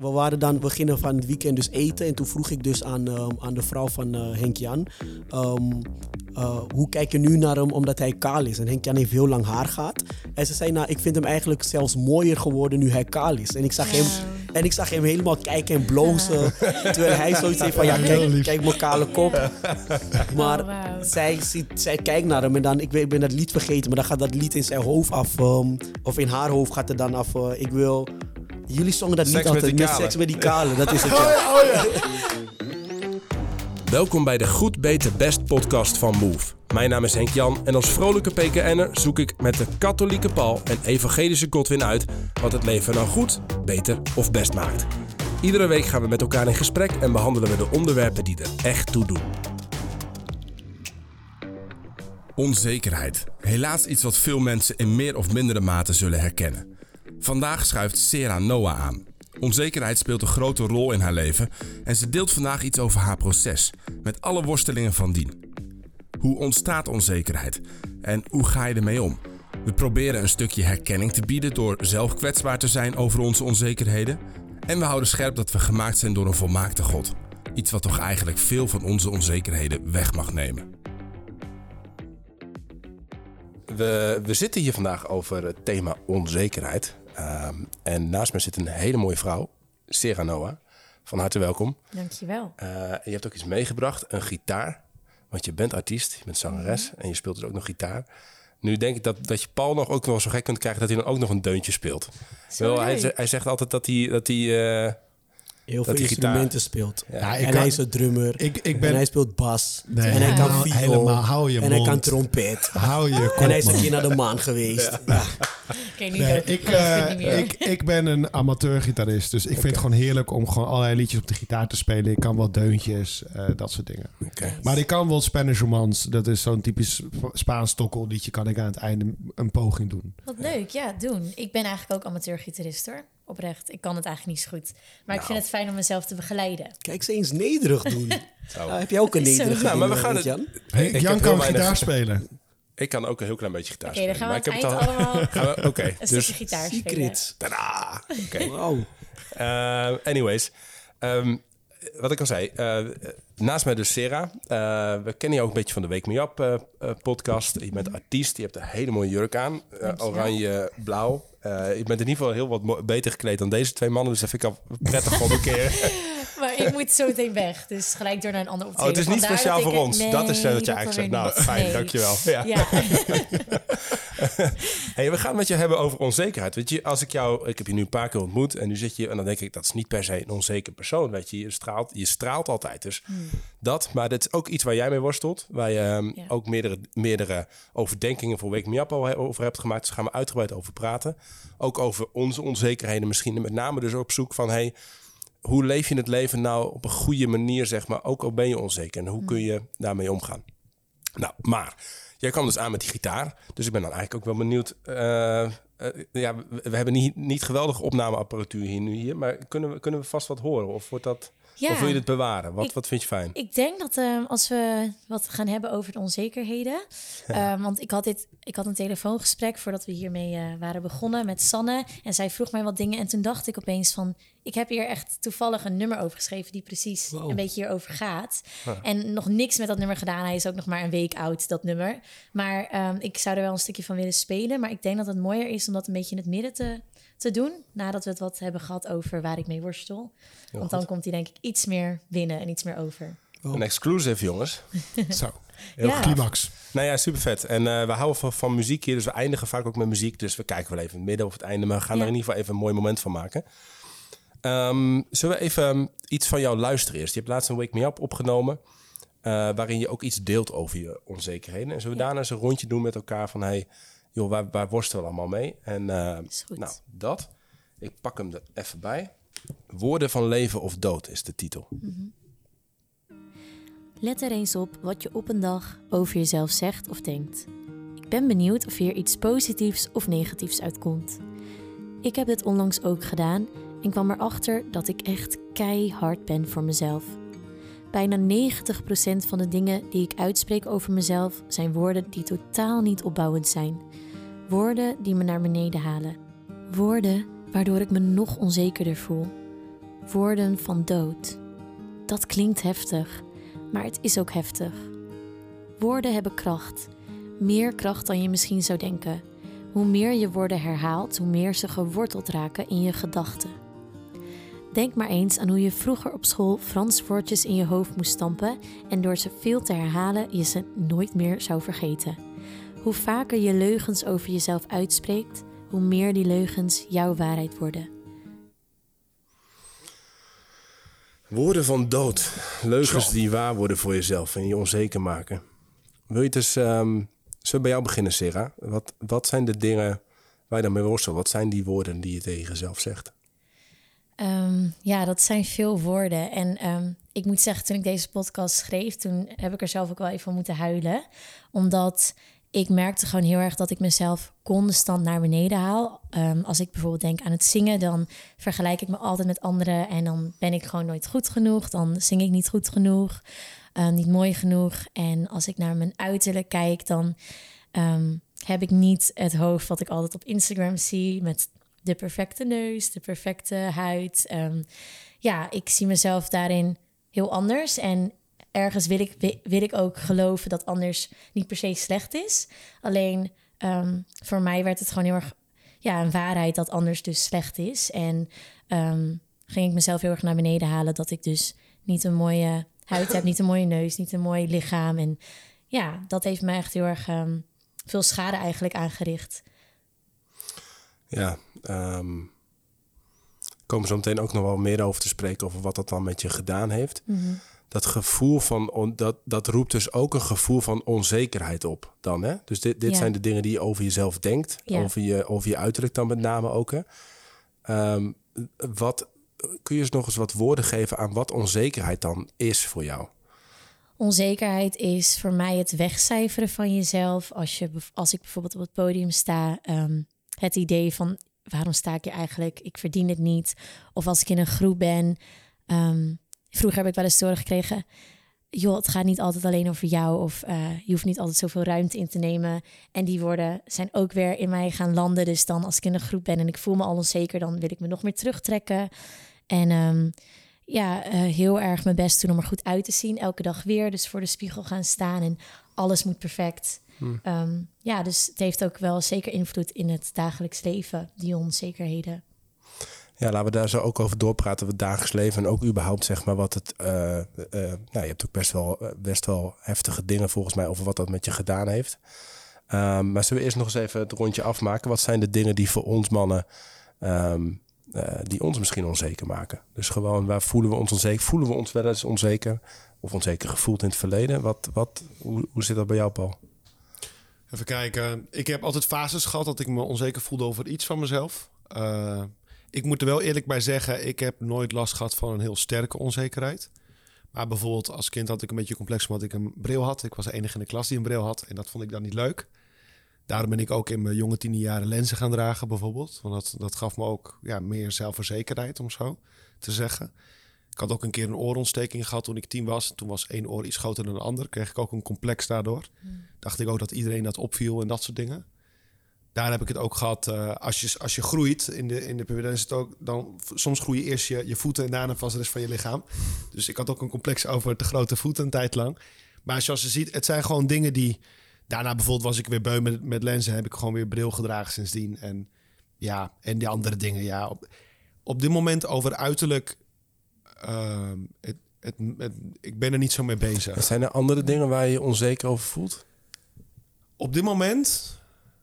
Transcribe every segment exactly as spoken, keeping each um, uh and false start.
we waren dan beginnen van het weekend dus eten. En toen vroeg ik dus aan, uh, aan de vrouw van uh, Henk-Jan. Um, uh, hoe kijk je nu naar hem omdat hij kaal is? En Henk-Jan heeft heel lang haar gehad. En ze zei, nou, ik vind hem eigenlijk zelfs mooier geworden nu hij kaal is. En ik zag hem, en ik zag hem helemaal kijken en blozen. Terwijl hij zoiets heeft van, ja, kijk, kijk mijn kale kop. Maar oh, wow. zij, ziet, zij kijkt naar hem en dan, ik, ik ben dat lied vergeten. Maar dan gaat dat lied in zijn hoofd af. Um, of in haar hoofd gaat het dan af. Uh, ik wil... Jullie zongen dat seks niet altijd. Met, met seks met die kale, dat is het. Ja. Oh, ja. Welkom bij de Goed, Beter, Best podcast van Move. Mijn naam is Henk Jan en als vrolijke P K N'er zoek ik met de katholieke Paul en evangelische Godwin uit wat het leven nou goed, beter of best maakt. Iedere week gaan we met elkaar in gesprek en behandelen we de onderwerpen die er echt toe doen. Onzekerheid. Helaas iets wat veel mensen in meer of mindere mate zullen herkennen. Vandaag schuift Sarah Noah aan. Onzekerheid speelt een grote rol in haar leven en ze deelt vandaag iets over haar proces, met alle worstelingen van dien. Hoe ontstaat onzekerheid en hoe ga je ermee om? We proberen een stukje herkenning te bieden door zelf kwetsbaar te zijn over onze onzekerheden. En we houden scherp dat we gemaakt zijn door een volmaakte God. Iets wat toch eigenlijk veel van onze onzekerheden weg mag nemen. We, we zitten hier vandaag over het thema onzekerheid. Um, en naast me zit een hele mooie vrouw, Sarah Noah. Van harte welkom. Dankjewel. Uh, je hebt ook iets meegebracht, een gitaar. Want je bent artiest, je bent zangeres mm-hmm. en je speelt dus ook nog gitaar. Nu denk ik dat, dat je Paul nog ook wel zo gek kunt krijgen dat hij dan ook nog een deuntje speelt. Wel, hij, hij zegt altijd dat hij... Dat hij uh, heel veel instrumenten speelt. Ja. Ja, en kan, hij is een drummer. Ik, ik ben, en hij speelt bas. Nee, en hij ja, kan viool. Helemaal, hou je en mond. hij kan trompet. Hou je kop, en hij is een man. keer naar de maan geweest. Ja. Ja. Okay, niet nee, ook, ik, uh, ik, ik ben een amateurgitarist. Dus ik okay. vind het gewoon heerlijk om gewoon allerlei liedjes op de gitaar te spelen. Ik kan wel deuntjes, uh, dat soort dingen. Okay. Maar ik kan wel Spanish Romance. Dat is zo'n typisch Spaans tokkelliedje. Kan ik aan het einde een poging doen. Wat leuk, ja, doen. Ik ben eigenlijk ook amateurgitarist hoor. Oprecht. Ik kan het eigenlijk niet zo goed. Maar nou. ik vind het fijn om mezelf te begeleiden. Kijk, ze eens nederig doen. Nou, heb jij ook een nederig nou, maar we gaan het... Jan? Hey, Jan kan gitaar spelen. Ik kan ook een heel klein beetje gitaar okay, spelen. Oké, dan gaan we het eind allemaal Oké, okay, een dus... stukje gitaar spelen. Secrets. Tadaa! Oké. Okay. Wow. Uh, anyways. Um, wat ik al zei. Uh, naast mij dus Sarah. Uh, we kennen je ook een beetje van de Wake Me Up uh, uh, podcast. Je bent artiest. Je hebt een hele mooie jurk aan. Uh, oranje, blauw. Uh, je bent in ieder geval heel wat mo- beter gekleed dan deze twee mannen. Dus dat vind ik al prettig van een keer. Maar ik moet zo meteen weg. Dus gelijk door naar een ander optreden. Oh, het is niet Vandaar speciaal voor ik, ons. Nee, dat is uh, wat je eigenlijk zegt. Nou, fijn. Nee. Dankjewel. Ja. Ja. Hey, we gaan het met je hebben over onzekerheid. Weet je, als ik jou... Ik heb je nu een paar keer ontmoet. En nu zit je... En dan denk ik, dat is niet per se een onzeker persoon. Weet je, je straalt, je straalt altijd. Dus hmm. dat. Maar dit is ook iets waar jij mee worstelt. Waar je um, ja. ook meerdere, meerdere overdenkingen voor Wake Me Up al over hebt gemaakt. Dus daar gaan we uitgebreid over praten. Ook over onze onzekerheden misschien. Met name dus op zoek van... Hey, hoe leef je het leven nou op een goede manier, zeg maar. Ook al ben je onzeker. En hoe kun je daarmee omgaan? Nou, maar... Jij kwam dus aan met die gitaar. Dus ik ben dan eigenlijk ook wel benieuwd. Uh, uh, ja, we, we hebben niet, niet geweldige opnameapparatuur hier nu hier. Maar kunnen we, kunnen we vast wat horen? Of, wordt dat, ja, of wil je dit bewaren? Wat, ik, wat vind je fijn? Ik denk dat uh, als we wat gaan hebben over de onzekerheden. Ja. Uh, want ik had, dit, ik had een telefoongesprek voordat we hiermee uh, waren begonnen met Sanne. En zij vroeg mij wat dingen. En toen dacht ik opeens van... Ik heb hier echt toevallig een nummer over geschreven... die precies wow. een beetje hierover gaat. Huh. En nog niks met dat nummer gedaan. Hij is ook nog maar een week oud, dat nummer. Maar um, ik zou er wel een stukje van willen spelen. Maar ik denk dat het mooier is om dat een beetje in het midden te, te doen... nadat we het wat hebben gehad over waar ik mee worstel. Heel Want dan goed. Komt hij denk ik iets meer binnen en iets meer over. Oh. Een exclusive, jongens. Zo, heel ja. climax. Nou ja, super vet. En uh, we houden van, van muziek hier, dus we eindigen vaak ook met muziek. Dus we kijken wel even in het midden of het einde. Maar we gaan ja. er in ieder geval even een mooi moment van maken. Um, zullen we even um, iets van jou luisteren eerst? Je hebt laatst een Wake Me Up opgenomen... Uh, waarin je ook iets deelt over je onzekerheden. En zullen we ja. daarna eens een rondje doen met elkaar van... hey, joh, waar, waar worstelen we allemaal mee? En uh, nou, dat. Ik pak hem er even bij. Woorden van leven of dood is de titel. Mm-hmm. Let er eens op wat je op een dag over jezelf zegt of denkt. Ik ben benieuwd of hier iets positiefs of negatiefs uitkomt. Ik heb dit onlangs ook gedaan... en kwam erachter dat ik echt keihard ben voor mezelf. Bijna negentig procent van de dingen die ik uitspreek over mezelf... zijn woorden die totaal niet opbouwend zijn. Woorden die me naar beneden halen. Woorden waardoor ik me nog onzekerder voel. Woorden van dood. Dat klinkt heftig, maar het is ook heftig. Woorden hebben kracht. Meer kracht dan je misschien zou denken. Hoe meer je woorden herhaalt, hoe meer ze geworteld raken in je gedachten. Denk maar eens aan hoe je vroeger op school Frans woordjes in je hoofd moest stampen en door ze veel te herhalen je ze nooit meer zou vergeten. Hoe vaker je leugens over jezelf uitspreekt, hoe meer die leugens jouw waarheid worden. Woorden van dood. Leugens die waar worden voor jezelf en je onzeker maken. Wil je het dus... Um, zullen we bij jou beginnen, Sarah? Wat, wat zijn de dingen waar je dan mee worstelt? Wat zijn die woorden die je tegen jezelf zegt? Um, ja, dat zijn veel woorden. En um, ik moet zeggen, toen ik deze podcast schreef, toen heb ik er zelf ook wel even van moeten huilen. Omdat ik merkte gewoon heel erg dat ik mezelf constant naar beneden haal. Um, als ik bijvoorbeeld denk aan het zingen, dan vergelijk ik me altijd met anderen. En dan ben ik gewoon nooit goed genoeg. Dan zing ik niet goed genoeg, uh, niet mooi genoeg. En als ik naar mijn uiterlijk kijk, dan um, heb ik niet het hoofd wat ik altijd op Instagram zie met de perfecte neus, de perfecte huid. Um, ja, ik zie mezelf daarin heel anders. En ergens wil ik, wil ik ook geloven dat anders niet per se slecht is. Alleen um, voor mij werd het gewoon heel erg ja, een waarheid dat anders dus slecht is. En um, ging ik mezelf heel erg naar beneden halen dat ik dus niet een mooie huid heb, niet een mooie neus, niet een mooi lichaam. En ja, dat heeft me echt heel erg um, veel schade eigenlijk aangericht. Ja, um, komen zo meteen ook nog wel meer over te spreken over wat dat dan met je gedaan heeft. Mm-hmm. Dat gevoel van on, dat, dat roept dus ook een gevoel van onzekerheid op dan, hè? Dus dit, dit ja. zijn de dingen die je over jezelf denkt, ja. over, je, over je uiterlijk dan met name ook, hè? Um, wat, kun je eens nog eens wat woorden geven aan wat onzekerheid dan is voor jou? Onzekerheid is voor mij het wegcijferen van jezelf. Als, je, als ik bijvoorbeeld op het podium sta, um, het idee van waarom sta ik hier eigenlijk? Ik verdien het niet. Of als ik in een groep ben. Um, vroeger heb ik wel eens te horen gekregen, joh, het gaat niet altijd alleen over jou. Of uh, je hoeft niet altijd zoveel ruimte in te nemen. En die woorden zijn ook weer in mij gaan landen. Dus dan als ik in een groep ben en ik voel me al onzeker, dan wil ik me nog meer terugtrekken. En um, ja, uh, heel erg mijn best doen om er goed uit te zien. Elke dag weer. Dus voor de spiegel gaan staan en alles moet perfect. Hmm. Um, ja, dus het heeft ook wel zeker invloed in het dagelijks leven, die onzekerheden. Ja, laten we daar zo ook over doorpraten, over het dagelijks leven. En ook überhaupt, zeg maar, wat het... Uh, uh, nou, je hebt ook best wel, best wel heftige dingen volgens mij over wat dat met je gedaan heeft. Um, maar zullen we eerst nog eens even het rondje afmaken? Wat zijn de dingen die voor ons mannen, um, uh, die ons misschien onzeker maken? Dus gewoon, waar voelen we ons onzeker? Voelen we ons wel eens onzeker? Of onzeker gevoeld in het verleden? Wat, wat, hoe, hoe zit dat bij jou, Paul? Even kijken. Ik heb altijd fases gehad dat ik me onzeker voelde over iets van mezelf. Uh, ik moet er wel eerlijk bij zeggen, ik heb nooit last gehad van een heel sterke onzekerheid. Maar bijvoorbeeld als kind had ik een beetje complex omdat ik een bril had. Ik was de enige in de klas die een bril had en dat vond ik dan niet leuk. Daarom ben ik ook in mijn jonge tiende jaren lenzen gaan dragen bijvoorbeeld. Want dat, dat gaf me ook ja, meer zelfverzekerheid, om zo te zeggen. Ik had ook een keer een oorontsteking gehad toen ik tien was. Toen was één oor iets groter dan de ander. Kreeg ik ook een complex daardoor. Hmm. Dacht ik ook dat iedereen dat opviel en dat soort dingen. Daar heb ik het ook gehad. Uh, als, je, als je groeit in de, in de puberteit, dan is het ook, dan soms groei je eerst je, je voeten en daarna vast de rest van je lichaam. Dus ik had ook een complex over te grote voeten een tijd lang. Maar zoals je ziet, het zijn gewoon dingen die... Daarna bijvoorbeeld was ik weer beu met, met lenzen. Heb ik gewoon weer bril gedragen sindsdien. En ja, en die andere dingen. Ja, op, op dit moment over uiterlijk... Uh, het, het, het, ik ben er niet zo mee bezig. En zijn er andere dingen waar je je onzeker over voelt? Op dit moment...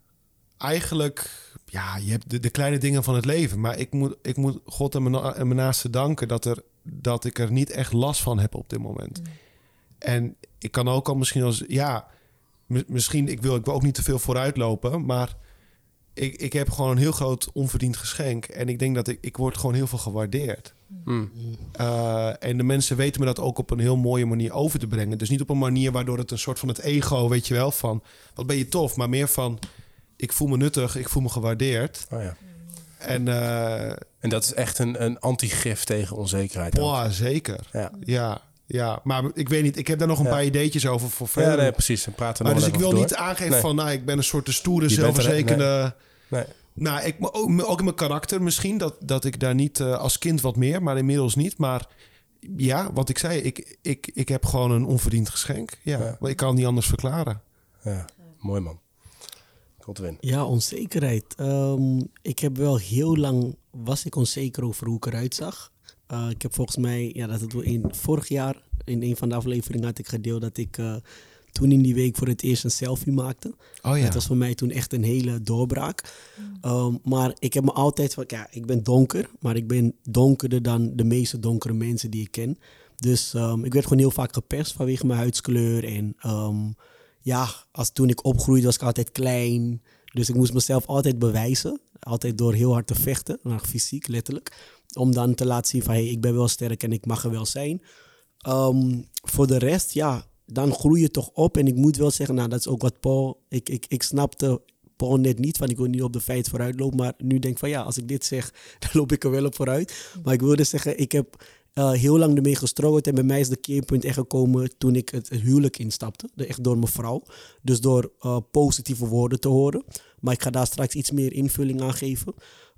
Eigenlijk, ja, je hebt de, de kleine dingen van het leven. Maar ik moet, ik moet God en mijn, en mijn naasten danken dat, er, dat ik er niet echt last van heb op dit moment. Mm. En ik kan ook al misschien als... Ja, m- misschien, ik wil, ik wil ook niet te veel vooruitlopen. Maar ik, ik heb gewoon een heel groot onverdiend geschenk. En ik denk dat ik, ik word gewoon heel veel gewaardeerd. Mm. Uh, en de mensen weten me dat ook op een heel mooie manier over te brengen. Dus niet op een manier waardoor het een soort van het ego, weet je wel, van... Wat ben je tof, maar meer van... Ik voel me nuttig, ik voel me gewaardeerd. Oh ja. En, uh, en dat is echt een, een antigif tegen onzekerheid. Boah, zeker. Ja. ja, ja. Maar ik weet niet, ik heb daar nog een ja. paar ideetjes over voor verder. Ja, nee, precies. En praten maar nog dus ik wil door. niet aangeven nee. van, nou, ik ben een soort de stoere, zelfverzekerde... Nee. Nee. Nou, ik, ook, ook in mijn karakter misschien. Dat, dat ik daar niet uh, als kind wat meer, maar inmiddels niet. Maar ja, wat ik zei, ik, ik, ik heb gewoon een onverdiend geschenk. Ja, ja. Maar ik kan het niet anders verklaren. Ja, mooi man. Godwin. Ja, onzekerheid. Um, ik heb wel heel lang, was ik onzeker over hoe ik eruit zag. Uh, ik heb volgens mij, ja, dat het in vorig jaar in een van de afleveringen had ik gedeeld dat ik uh, toen in die week voor het eerst een selfie maakte. Oh ja. Dat was voor mij toen echt een hele doorbraak. Um, maar ik heb me altijd van, ja, ik ben donker, maar ik ben donkerder dan de meeste donkere mensen die ik ken. Dus um, ik werd gewoon heel vaak gepest vanwege mijn huidskleur. En um, ja, als toen ik opgroeide was ik altijd klein. Dus ik moest mezelf altijd bewijzen. Altijd door heel hard te vechten, maar fysiek letterlijk. Om dan te laten zien van, hey, ik ben wel sterk en ik mag er wel zijn. Um, voor de rest, ja, dan groei je toch op. En ik moet wel zeggen, nou, dat is ook wat Paul... Ik, ik, ik snapte Paul net niet, van ik wil niet op de feit vooruit lopen. Maar nu denk ik van, ja, als ik dit zeg, dan loop ik er wel op vooruit. Maar ik wilde zeggen, ik heb uh, heel lang ermee gestruggeld. En bij mij is de keerpunt echt gekomen toen ik het, het huwelijk instapte. Echt door mijn vrouw. Dus door uh, positieve woorden te horen. Maar ik ga daar straks iets meer invulling aan geven.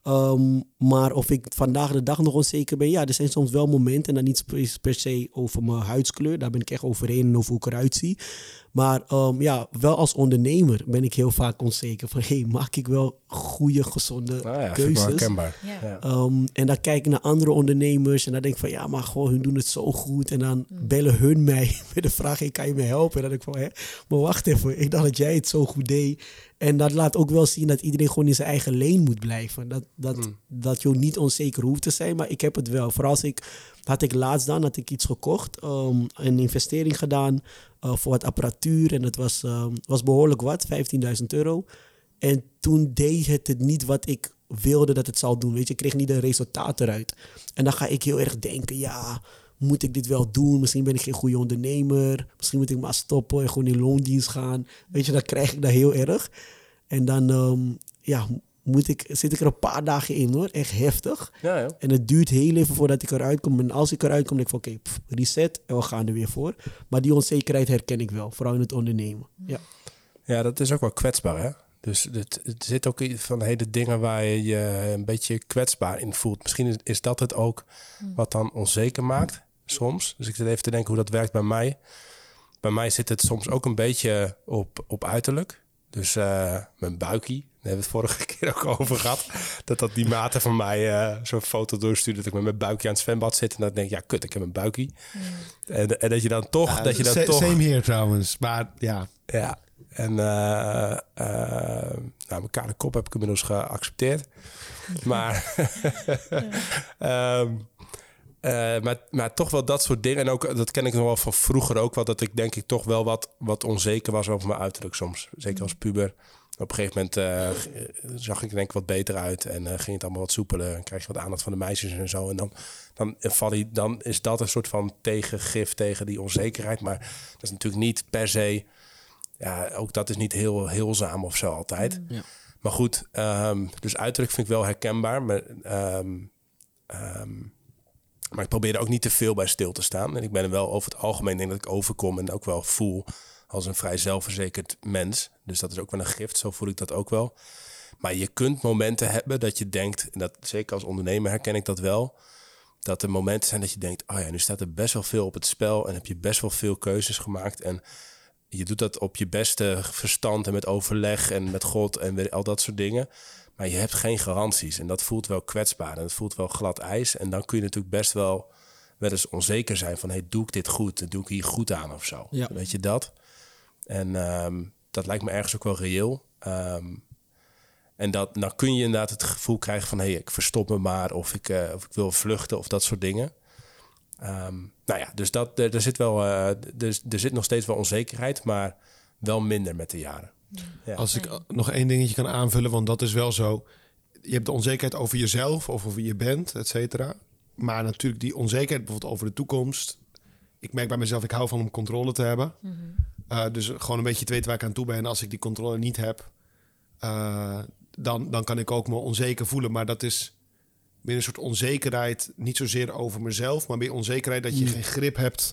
Um, maar of ik vandaag de dag nog onzeker ben, ja, er zijn soms wel momenten en dan niet per se over mijn huidskleur. Daar ben ik echt overheen en over hoe ik eruit zie. Maar um, ja, wel als ondernemer ben ik heel vaak onzeker van, hey, maak ik wel goede, gezonde ah ja, keuzes? herkenbaar. Ja. Ja. Um, en dan kijk ik naar andere ondernemers en dan denk ik van, ja, maar gewoon, hun doen het zo goed. En dan bellen hun mij met de vraag, hey, kan je me helpen? En dan denk ik van, hé, maar wacht even, ik dacht dat jij het zo goed deed. En dat laat ook wel zien dat iedereen gewoon in zijn eigen lane moet blijven. Dat, dat, mm. dat je niet onzeker hoeft te zijn, maar ik heb het wel. Vooral als ik, had ik laatst dan, had ik iets gekocht, um, een investering gedaan uh, voor wat apparatuur. En dat was, um, was behoorlijk wat, vijftienduizend euro. En toen deed het het niet wat ik wilde dat het zou doen. Weet je, ik kreeg niet een resultaat eruit. En dan ga ik heel erg denken, ja, moet ik dit wel doen? Misschien ben ik geen goede ondernemer. Misschien moet ik maar stoppen en gewoon in loondienst gaan. Weet je, dan krijg ik dat heel erg. En dan um, ja, moet ik, zit ik er een paar dagen in hoor. Echt heftig. Ja, ja. En het duurt heel even voordat ik eruit kom. En als ik eruit kom, denk ik van oké, okay, reset. En we gaan er weer voor. Maar die onzekerheid herken ik wel. Vooral in het ondernemen. Ja, ja, dat is ook wel kwetsbaar hè. Dus het, het zit ook in van hele dingen waar je je een beetje kwetsbaar in voelt. Misschien is, is dat het ook wat dan onzeker maakt soms. Dus ik zit even te denken hoe dat werkt bij mij. Bij mij zit het soms ook een beetje op, op uiterlijk. Dus uh, mijn buikie, daar hebben we het vorige keer ook over gehad. Dat dat die maten van mij uh, zo'n foto doorstuurde dat ik met mijn buikje aan het zwembad zit. En dan denk ik, ja kut, ik heb een buikie. Mm. En, en dat je dan toch... Ja, dat je dan same, toch same hier trouwens, maar ja. Ja, en uh, uh, nou, mijn kale kop heb ik inmiddels geaccepteerd. Maar, um, uh, maar, maar toch wel dat soort dingen. En ook, dat ken ik nog wel van vroeger ook wel. Dat ik denk ik toch wel wat, wat onzeker was over mijn uiterlijk soms. Zeker als puber. Op een gegeven moment uh, zag ik denk ik wat beter uit. En uh, ging het allemaal wat soepeler. En krijg je wat aandacht van de meisjes en zo. En dan, dan, val je, dan is dat een soort van tegengif tegen die onzekerheid. Maar dat is natuurlijk niet per se... Ja, ook dat is niet heel heelzaam of zo altijd. Ja. Maar goed, um, dus uiterlijk vind ik wel herkenbaar. Maar, um, um, maar ik probeer er ook niet te veel bij stil te staan. En ik ben er wel over het algemeen, denk dat ik overkom en ook wel voel als een vrij zelfverzekerd mens. Dus dat is ook wel een gift, zo voel ik dat ook wel. Maar je kunt momenten hebben dat je denkt, en dat zeker als ondernemer herken ik dat wel, dat er momenten zijn dat je denkt, oh ja, nu staat er best wel veel op het spel en heb je best wel veel keuzes gemaakt en je doet dat op je beste verstand en met overleg en met God en al dat soort dingen. Maar je hebt geen garanties en dat voelt wel kwetsbaar en dat voelt wel glad ijs. En dan kun je natuurlijk best wel wel eens onzeker zijn van, hey, doe ik dit goed? Doe ik hier goed aan of zo? Ja. Weet je dat? En um, dat lijkt me ergens ook wel reëel. Um, en dat, dan kun je inderdaad het gevoel krijgen van, hey, ik verstop me maar of ik, uh, of ik wil vluchten of dat soort dingen. Um, nou ja, dus dat, er, er, zit wel, uh, er, er zit nog steeds wel onzekerheid, maar wel minder met de jaren. Ja. Als ik nog één dingetje kan aanvullen, want dat is wel zo. Je hebt de onzekerheid over jezelf, of over wie je bent, et cetera. Maar natuurlijk die onzekerheid bijvoorbeeld over de toekomst. Ik merk bij mezelf, ik hou van om controle te hebben. Mm-hmm. Uh, dus gewoon een beetje te weten waar ik aan toe ben. En als ik die controle niet heb, uh, dan, dan kan ik ook me onzeker voelen. Maar dat is meer een soort onzekerheid, niet zozeer over mezelf, maar meer onzekerheid dat je mm. geen grip hebt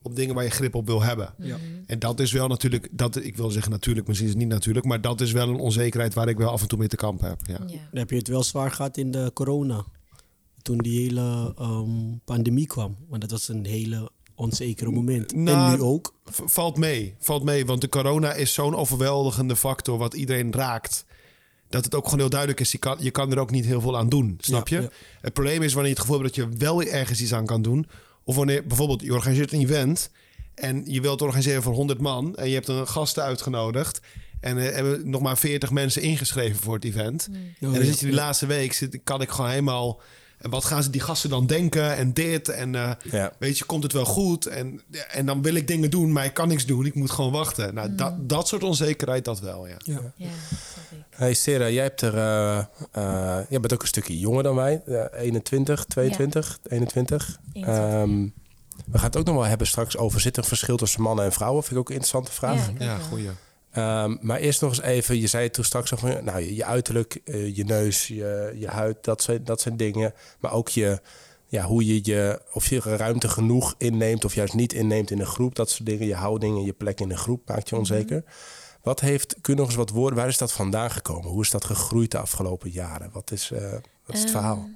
op dingen waar je grip op wil hebben. Ja. En dat is wel natuurlijk, dat, ik wil zeggen natuurlijk, misschien is het niet natuurlijk, maar dat is wel een onzekerheid waar ik wel af en toe mee te kampen heb. Ja. Ja. Dan heb je het wel zwaar gehad in de corona. Toen die hele um, pandemie kwam. Want dat was een hele onzekere moment. Nou, en nu ook. v- valt mee, valt mee. Want de corona is zo'n overweldigende factor wat iedereen raakt. Dat het ook gewoon heel duidelijk is, je kan, je kan er ook niet heel veel aan doen. Snap Ja, je? ja. Het probleem is wanneer je het gevoel hebt dat je wel ergens iets aan kan doen. Of wanneer bijvoorbeeld je organiseert een event en je wilt organiseren voor honderd man en je hebt een gasten uitgenodigd. En er hebben nog maar veertig mensen ingeschreven voor het event. Oh, en dan ja, zit je die ja. laatste week, zit, kan ik gewoon helemaal... En wat gaan ze die gasten dan denken en dit en uh, Ja. weet je, komt het wel goed? En, en dan wil ik dingen doen, maar ik kan niks doen. Ik moet gewoon wachten. Nou, Mm. dat, dat soort onzekerheid, dat wel, ja. Ja. Ja, snap ik. Hey Sarah, jij, hebt er, uh, uh, jij bent ook een stukje jonger dan wij. Uh, eenentwintig, tweeëntwintig, eenentwintig. eenentwintig. Um, we gaan het ook nog wel hebben straks over... zit er een verschil tussen mannen en vrouwen? Vind ik ook een interessante vraag. Ja, ik ook Ja, wel. goeie. Um, maar eerst nog eens even, je zei het toen straks al van... nou, je, je uiterlijk, uh, je neus, je, je huid, dat zijn, dat zijn dingen. Maar ook je, ja, hoe je je... of je ruimte genoeg inneemt of juist niet inneemt in een groep. Dat soort dingen, je houding, je plek in een groep maakt je onzeker. Mm-hmm. Wat heeft, kun je nog eens wat woorden... waar is dat vandaan gekomen? Hoe is dat gegroeid de afgelopen jaren? Wat is, uh, wat is het Um, verhaal?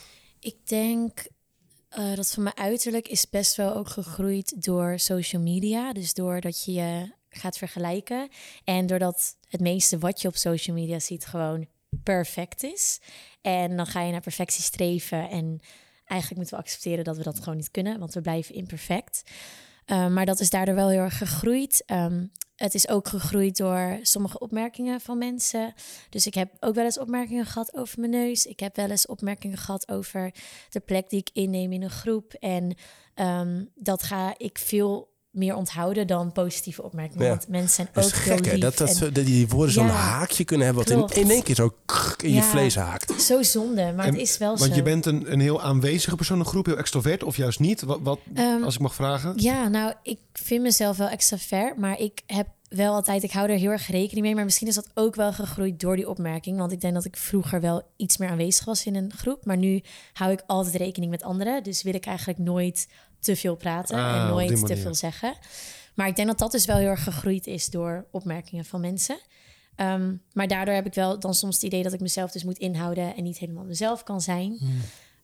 Ik denk uh, dat van mijn uiterlijk is best wel ook gegroeid door social media. Dus doordat je je gaat vergelijken. En doordat het meeste wat je op social media ziet gewoon perfect is. En dan ga je naar perfectie streven. En eigenlijk moeten we accepteren dat we dat gewoon niet kunnen. Want we blijven imperfect. Uh, maar dat is daardoor wel heel erg gegroeid. Um, het is ook gegroeid door sommige opmerkingen van mensen. Dus ik heb ook wel eens opmerkingen gehad over mijn neus. Ik heb wel eens opmerkingen gehad over de plek die ik inneem in een groep. En um, dat ga ik veel meer onthouden dan positieve opmerkingen. Ja. Want mensen zijn Dat ook is heel gek, hè? lief. Dat, dat, en zo- dat die woorden zo'n Ja, haakje kunnen hebben... wat klopt. in, in één keer zo in je Ja. vlees haakt. zo zonde, maar En- het is wel Want zo. je bent een, een heel aanwezige persoon in een groep, heel extrovert of juist niet? Wat, wat Um, als ik mag vragen? Ja, nou, ik vind mezelf wel extravert, maar ik heb wel altijd, ik hou er heel erg rekening mee. Maar misschien is dat ook wel gegroeid door die opmerking. Want ik denk dat ik vroeger wel iets meer aanwezig was in een groep. Maar nu hou ik altijd rekening met anderen. Dus wil ik eigenlijk nooit te veel praten Ah, en op nooit die te manier. veel zeggen. Maar ik denk dat dat dus wel heel erg gegroeid is door opmerkingen van mensen. Um, maar daardoor heb ik wel dan soms het idee dat ik mezelf dus moet inhouden en niet helemaal mezelf kan zijn. Hmm.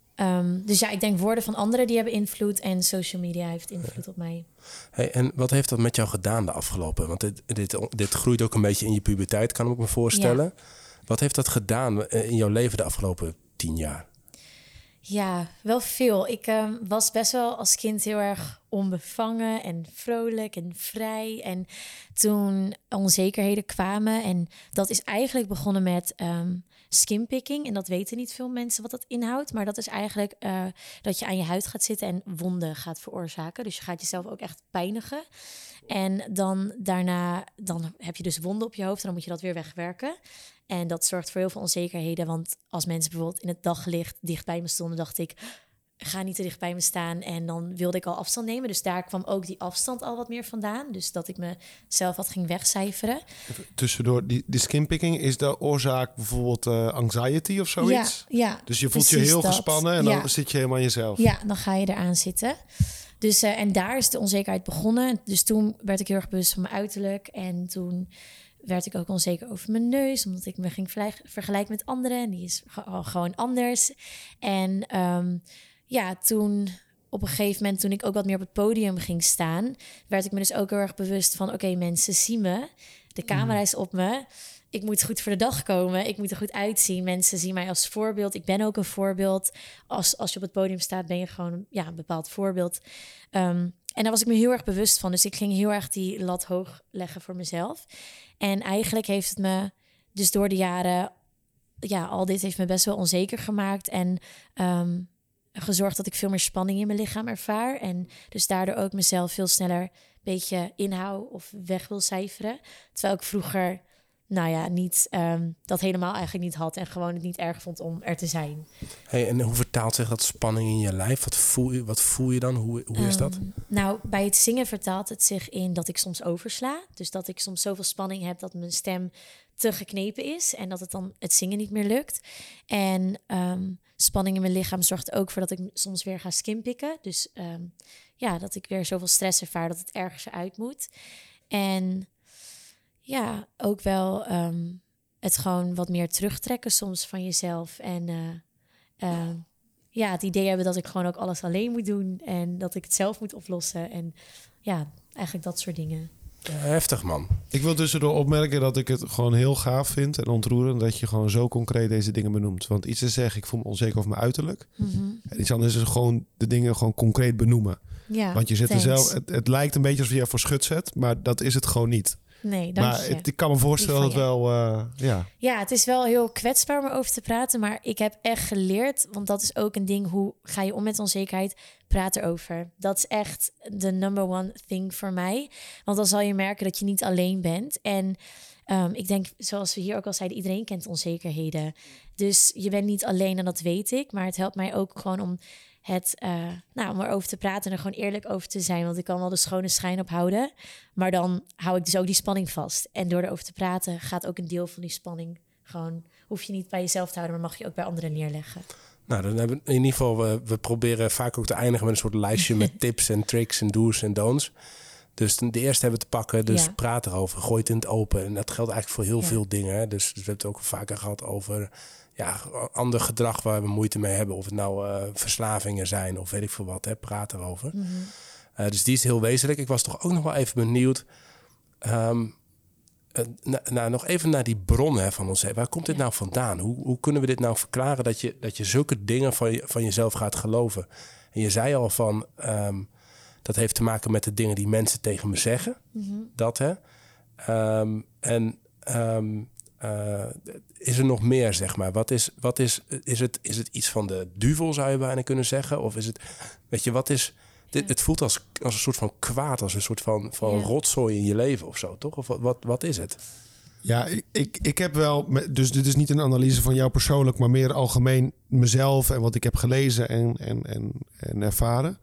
Um, dus ja, ik denk woorden van anderen die hebben invloed en social media heeft invloed op mij. Hey, en wat heeft dat met jou gedaan de afgelopen? Want dit, dit, dit groeit ook een beetje in je puberteit, kan ik me voorstellen. Wat heeft dat gedaan in jouw leven de afgelopen tien jaar? Ja, wel veel. Ik um, was best wel als kind heel erg onbevangen en vrolijk en vrij. En toen onzekerheden kwamen. En dat is eigenlijk begonnen met um, skinpicking. En dat weten niet veel mensen wat dat inhoudt. Maar dat is eigenlijk uh, dat je aan je huid gaat zitten en wonden gaat veroorzaken. Dus je gaat jezelf ook echt pijnigen. En dan daarna dan heb je dus wonden op je hoofd en dan moet je dat weer wegwerken. En dat zorgt voor heel veel onzekerheden. Want als mensen bijvoorbeeld in het daglicht dicht bij me stonden, dacht ik, ga niet te dicht bij me staan. En dan wilde ik al afstand nemen. Dus daar kwam ook die afstand al wat meer vandaan. Dus dat ik mezelf wat ging wegcijferen. Tussendoor, die, die skinpicking, is de oorzaak bijvoorbeeld uh, anxiety of zoiets? Ja, ja. Dus je voelt je precies heel dat. gespannen en Ja. dan zit je helemaal in jezelf. Ja, dan ga je eraan zitten. Dus, uh, en daar is de onzekerheid begonnen. Dus toen werd ik heel erg bewust van mijn uiterlijk. En toen werd ik ook onzeker over mijn neus, omdat ik me ging vlijg- vergelijken met anderen. En die is ge- gewoon anders. En um, ja, toen op een gegeven moment, toen ik ook wat meer op het podium ging staan, werd ik me dus ook heel erg bewust van, oké, okay, mensen zien me. De camera is op me. Ik moet goed voor de dag komen. Ik moet er goed uitzien. Mensen zien mij als voorbeeld. Ik ben ook een voorbeeld. Als, als je op het podium staat, ben je gewoon ja, een bepaald voorbeeld. Um, en daar was ik me heel erg bewust van. Dus ik ging heel erg die lat hoog leggen voor mezelf. En eigenlijk heeft het me dus door de jaren, ja, al dit heeft me best wel onzeker gemaakt. En um, gezorgd dat ik veel meer spanning in mijn lichaam ervaar. En dus daardoor ook mezelf veel sneller een beetje inhoud of weg wil cijferen. Terwijl ik vroeger, nou ja, niet, um, dat helemaal eigenlijk niet had. En gewoon het niet erg vond om er te zijn. Hey, en hoe vertaalt zich dat spanning in je lijf? Wat voel je, wat voel je dan? Hoe, hoe is dat? Um, nou, bij het zingen vertaalt het zich in dat ik soms oversla. Dus dat ik soms zoveel spanning heb dat mijn stem te geknepen is en dat het dan het zingen niet meer lukt. En um, spanning in mijn lichaam zorgt ook voor dat ik soms weer ga skimpikken. Dus um, ja, dat ik weer zoveel stress ervaar dat het ergens uit moet. En ja, ook wel um, het gewoon wat meer terugtrekken soms van jezelf. En uh, uh, ja, het idee hebben dat ik gewoon ook alles alleen moet doen en dat ik het zelf moet oplossen. En ja, eigenlijk dat soort dingen. Heftig, man. Ik wil tussendoor opmerken dat ik het gewoon heel gaaf vind en ontroerend dat je gewoon zo concreet deze dingen benoemt. Want iets te zeggen, ik voel me onzeker over mijn uiterlijk. Mm-hmm. En iets anders is gewoon de dingen gewoon concreet benoemen. Ja, want je zet er thanks. zelf, het, het lijkt een beetje alsof je je voor schut zet, maar dat is het gewoon niet. Nee, dank maar je. het, ik kan me voorstellen dat het wel, uh, ja. Ja, het is wel heel kwetsbaar om erover te praten, maar ik heb echt geleerd, want dat is ook een ding, hoe ga je om met onzekerheid? Praat erover. Dat is echt de number one thing voor mij. Want dan zal je merken dat je niet alleen bent. En um, ik denk, zoals we hier ook al zeiden, iedereen kent onzekerheden. Dus je bent niet alleen en dat weet ik, maar het helpt mij ook gewoon om het, uh, nou, om erover te praten en er gewoon eerlijk over te zijn. Want ik kan wel de schone schijn ophouden, maar dan hou ik dus ook die spanning vast. En door erover te praten gaat ook een deel van die spanning gewoon, hoef je niet bij jezelf te houden, maar mag je ook bij anderen neerleggen. Nou, dan hebben we in ieder geval, we, we proberen vaak ook te eindigen met een soort lijstje met tips en tricks en do's en don'ts. Dus de eerste hebben we te pakken, dus ja. praat erover, gooi het in het open. En dat geldt eigenlijk voor heel ja. veel dingen. Hè? Dus, dus we hebben het ook vaker gehad over ja, ander gedrag waar we moeite mee hebben. Of het nou uh, verslavingen zijn of weet ik veel wat. Hè? Praat erover. Mm-hmm. Uh, dus die is heel wezenlijk. Ik was toch ook nog wel even benieuwd. Um, uh, na, nou, nog even naar die bron hè, van ons. Waar komt dit ja. nou vandaan? Hoe, hoe kunnen we dit nou verklaren dat je, dat je zulke dingen van, je, van jezelf gaat geloven? En je zei al van, um, dat heeft te maken met de dingen die mensen tegen me zeggen. Mm-hmm. Dat hè. Um, en um, uh, is er nog meer, zeg maar? Wat is, wat is, is, het, is het iets van de duivel, zou je bijna kunnen zeggen? Of is het, weet je, wat is... Dit, het voelt als, als een soort van kwaad, als een soort van, van ja. rotzooi in je leven of zo, toch? Of wat, wat, wat is het? Ja, ik, ik, ik heb wel... Dus dit is niet een analyse van jou persoonlijk, maar meer algemeen mezelf en wat ik heb gelezen en, en, en, en ervaren.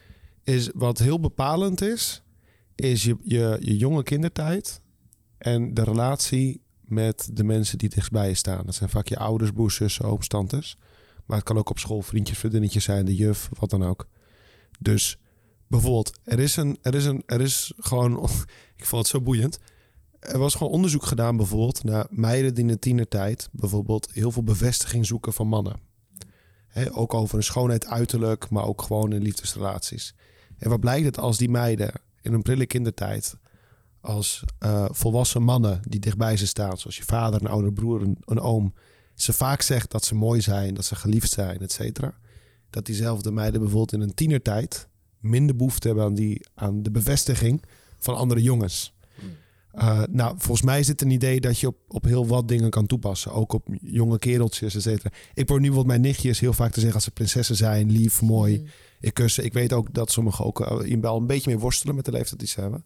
Is wat heel bepalend is, is je, je, je jonge kindertijd en de relatie met de mensen die dichtstbij je staan. Dat zijn vaak je ouders, broers, zussen, ooms, tantes. Maar het kan ook op school vriendjes, vriendinnetjes zijn, de juf, wat dan ook. Dus bijvoorbeeld, er is een, er is een, er is gewoon, ik vond het zo boeiend. Er was gewoon onderzoek gedaan bijvoorbeeld naar meiden die in de tienertijd bijvoorbeeld heel veel bevestiging zoeken van mannen. He, ook over een schoonheid uiterlijk, maar ook gewoon in liefdesrelaties. En wat blijkt het als die meiden in een prille kindertijd, als uh, volwassen mannen die dichtbij ze staan, zoals je vader, een oudere broer, een, een oom, ze vaak zegt dat ze mooi zijn, dat ze geliefd zijn, et cetera. Dat diezelfde meiden bijvoorbeeld in een tienertijd minder behoefte hebben aan, die, aan de bevestiging van andere jongens. Uh, nou, volgens mij is het een idee dat je op, op heel wat dingen kan toepassen. Ook op jonge kereltjes, et cetera. Ik probeer nu bijvoorbeeld mijn nichtjes heel vaak te zeggen als ze prinsessen zijn, lief, mooi. Mm. Ik kussen. Ik weet ook dat sommigen ook uh, wel een beetje mee worstelen met de leeftijd die ze hebben.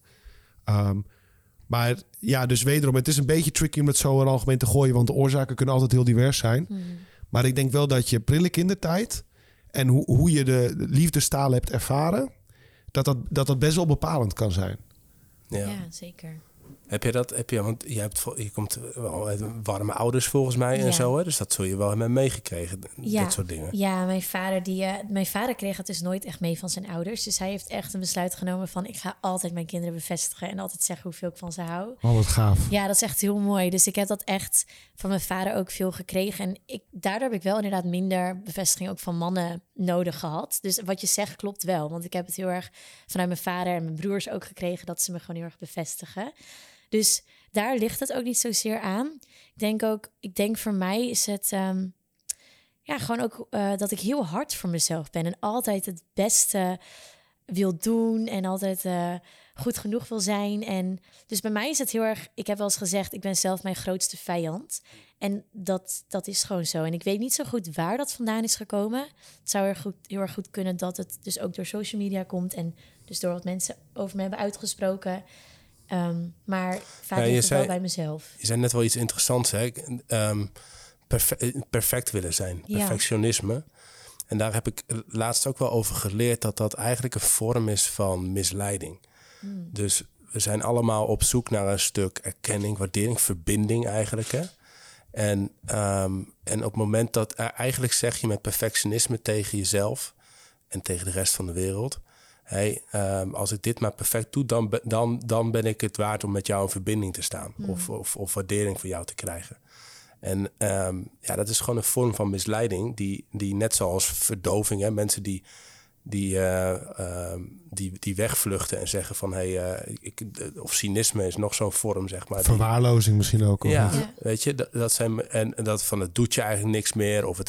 Um, maar ja, dus wederom, het is een beetje tricky om het zo in het algemeen te gooien, want de oorzaken kunnen altijd heel divers zijn. Mm. Maar ik denk wel dat je prille kindertijd en ho- hoe je de liefdestaal hebt ervaren, dat dat, dat dat best wel bepalend kan zijn. Ja, ja zeker. Heb je dat? Heb je, want je, hebt, je komt wel uit warme ouders volgens mij en ja. zo, hè? Dus dat zul je wel hebben meegekregen, ja. dat soort dingen. Ja, mijn vader, die, uh, mijn vader kreeg het dus nooit echt mee van zijn ouders. Dus hij heeft echt een besluit genomen van, ik ga altijd mijn kinderen bevestigen en altijd zeggen hoeveel ik van ze hou. Oh, wat gaaf. Ja, dat is echt heel mooi. Dus ik heb dat echt van mijn vader ook veel gekregen. En ik, daardoor heb ik wel inderdaad minder bevestiging ook van mannen nodig gehad. Dus wat je zegt klopt wel. Want ik heb het heel erg vanuit mijn vader en mijn broers ook gekregen dat ze me gewoon heel erg bevestigen. Dus daar ligt het ook niet zozeer aan. Ik denk ook, ik denk voor mij is het um, ja, gewoon ook uh, dat ik heel hard voor mezelf ben en altijd het beste wil doen en altijd uh, goed genoeg wil zijn. En dus bij mij is het heel erg, ik heb wel eens gezegd, ik ben zelf mijn grootste vijand. En dat, dat is gewoon zo. En ik weet niet zo goed waar dat vandaan is gekomen. Het zou er goed, heel erg goed kunnen dat het dus ook door social media komt en dus door wat mensen over me hebben uitgesproken. Um, maar vaak ja, ligt het zei, wel bij mezelf. Je zei net wel iets interessants, hè? Um, perfe- perfect willen zijn, perfectionisme. Ja. En daar heb ik laatst ook wel over geleerd dat dat eigenlijk een vorm is van misleiding. Hmm. Dus we zijn allemaal op zoek naar een stuk erkenning, waardering, verbinding eigenlijk. Hè? En, um, en op het moment dat uh, eigenlijk zeg je met perfectionisme tegen jezelf en tegen de rest van de wereld: hey, um, als ik dit maar perfect doe, dan, dan, dan ben ik het waard om met jou in verbinding te staan. Mm. Of, of, of waardering van jou te krijgen. En um, ja, dat is gewoon een vorm van misleiding die, die net zoals verdoving, hè, mensen die, die, uh, uh, die, die wegvluchten en zeggen van hey, uh, ik, of cynisme is nog zo'n vorm, zeg maar. Verwaarlozing die, misschien ook. Ja, ja, weet je, dat, dat zijn en dat van het doet je eigenlijk niks meer of het.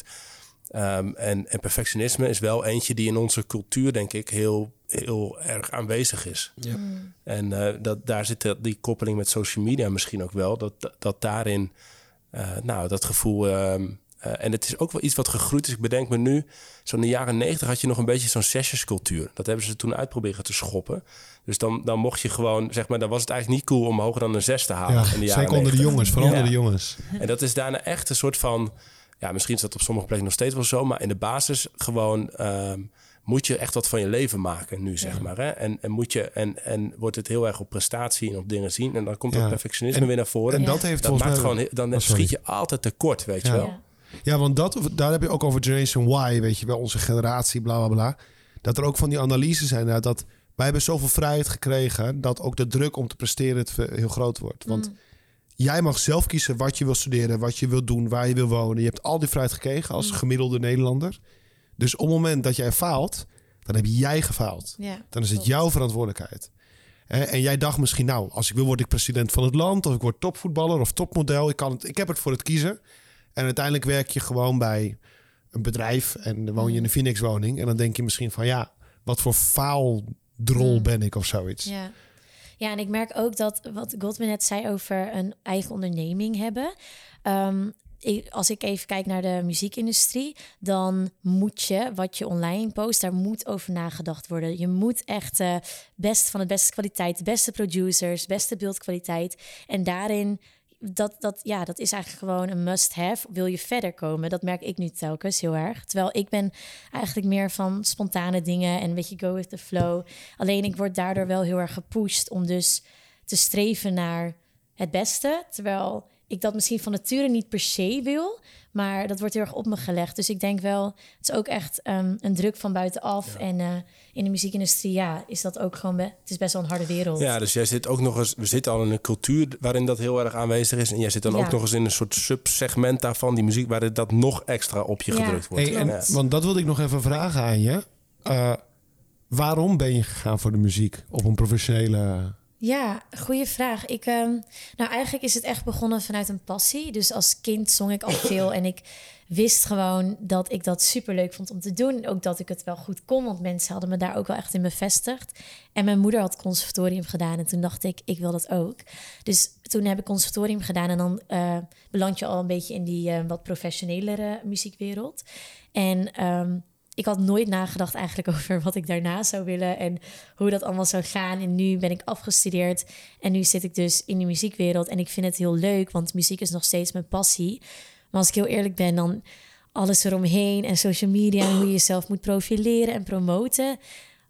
Um, en, en perfectionisme is wel eentje die in onze cultuur, denk ik, heel, heel erg aanwezig is. Ja. Mm. En uh, dat, daar zit die koppeling met social media misschien ook wel. Dat, dat, dat daarin, uh, nou, dat gevoel... Um, uh, en het is ook wel iets wat gegroeid is. Ik bedenk me nu, zo in de jaren negentig had je nog een beetje zo'n sessionscultuur. Dat hebben ze toen uitproberen te schoppen. Dus dan, dan mocht je gewoon, zeg maar, dan was het eigenlijk niet cool om hoger dan een zes te halen. Ja, in de jaren zeker onder de jongens, vooral ja. onder de jongens. En dat is daarna echt een soort van... Ja, misschien is dat op sommige plekken nog steeds wel zo, maar in de basis gewoon um, moet je echt wat van je leven maken nu, zeg ja. maar. Hè? En, en, moet je, en, en wordt het heel erg op prestatie en op dingen zien. En dan komt ja. dat perfectionisme en, weer naar voren. En dat heeft dat maakt mij... gewoon, dan oh, schiet je altijd tekort, weet ja. je wel. Ja. ja, want dat, daar heb je ook over Generation Y, weet je wel, onze generatie, bla bla bla. Dat er ook van die analyses zijn, nou, dat wij hebben zoveel vrijheid gekregen dat ook de druk om te presteren heel groot wordt. Want... Mm. Jij mag zelf kiezen wat je wil studeren, wat je wil doen, waar je wil wonen. Je hebt al die vrijheid gekregen als gemiddelde Nederlander. Dus op het moment dat jij faalt, dan heb jij gefaald. Ja, dan is het klopt. Jouw verantwoordelijkheid. En jij dacht misschien, nou, als ik wil word ik president van het land... of ik word topvoetballer of topmodel. Ik, kan het, ik heb het voor het kiezen. En uiteindelijk werk je gewoon bij een bedrijf... en dan woon je in een Phoenix-woning. En dan denk je misschien van, ja, wat voor faaldrol mm. ben ik of zoiets. Ja. Ja, en ik merk ook dat wat Godwin net zei over een eigen onderneming hebben. Um, ik, als ik even kijk naar de muziekindustrie, dan moet je wat je online post, daar moet over nagedacht worden. Je moet echt uh, best van de beste kwaliteit, de beste producers, beste beeldkwaliteit. En daarin, dat, dat, ja, dat is eigenlijk gewoon een must-have. Wil je verder komen? Dat merk ik nu telkens heel erg. Terwijl ik ben eigenlijk meer van spontane dingen en een beetje go with the flow. Alleen ik word daardoor wel heel erg gepusht om dus te streven naar het beste. Terwijl ik dat misschien van nature niet per se wil, maar dat wordt heel erg op me gelegd. Dus ik denk wel, het is ook echt um, een druk van buitenaf. Ja. En uh, in de muziekindustrie, ja, is dat ook gewoon... Be- het is best wel een harde wereld. Ja, dus jij zit ook nog eens... We zitten al in een cultuur waarin dat heel erg aanwezig is. En jij zit dan ja. ook nog eens in een soort subsegment daarvan, die muziek, waar dat nog extra op je ja. gedrukt wordt. Hey, en, ja. Want dat wilde ik nog even vragen aan je. Uh, waarom ben je gegaan voor de muziek op een professionele... Ja, goede vraag. Ik, um, nou, eigenlijk is het echt begonnen vanuit een passie. Dus als kind zong ik al veel en ik wist gewoon dat ik dat superleuk vond om te doen. Ook dat ik het wel goed kon, want mensen hadden me daar ook wel echt in bevestigd. En mijn moeder had conservatorium gedaan en toen dacht ik, ik wil dat ook. Dus toen heb ik conservatorium gedaan en dan uh, beland je al een beetje in die uh, wat professionelere muziekwereld. En... Um, Ik had nooit nagedacht eigenlijk over wat ik daarna zou willen en hoe dat allemaal zou gaan. En nu ben ik afgestudeerd en nu zit ik dus in de muziekwereld. En ik vind het heel leuk, want muziek is nog steeds mijn passie. Maar als ik heel eerlijk ben, dan alles eromheen en social media en hoe je jezelf moet profileren en promoten,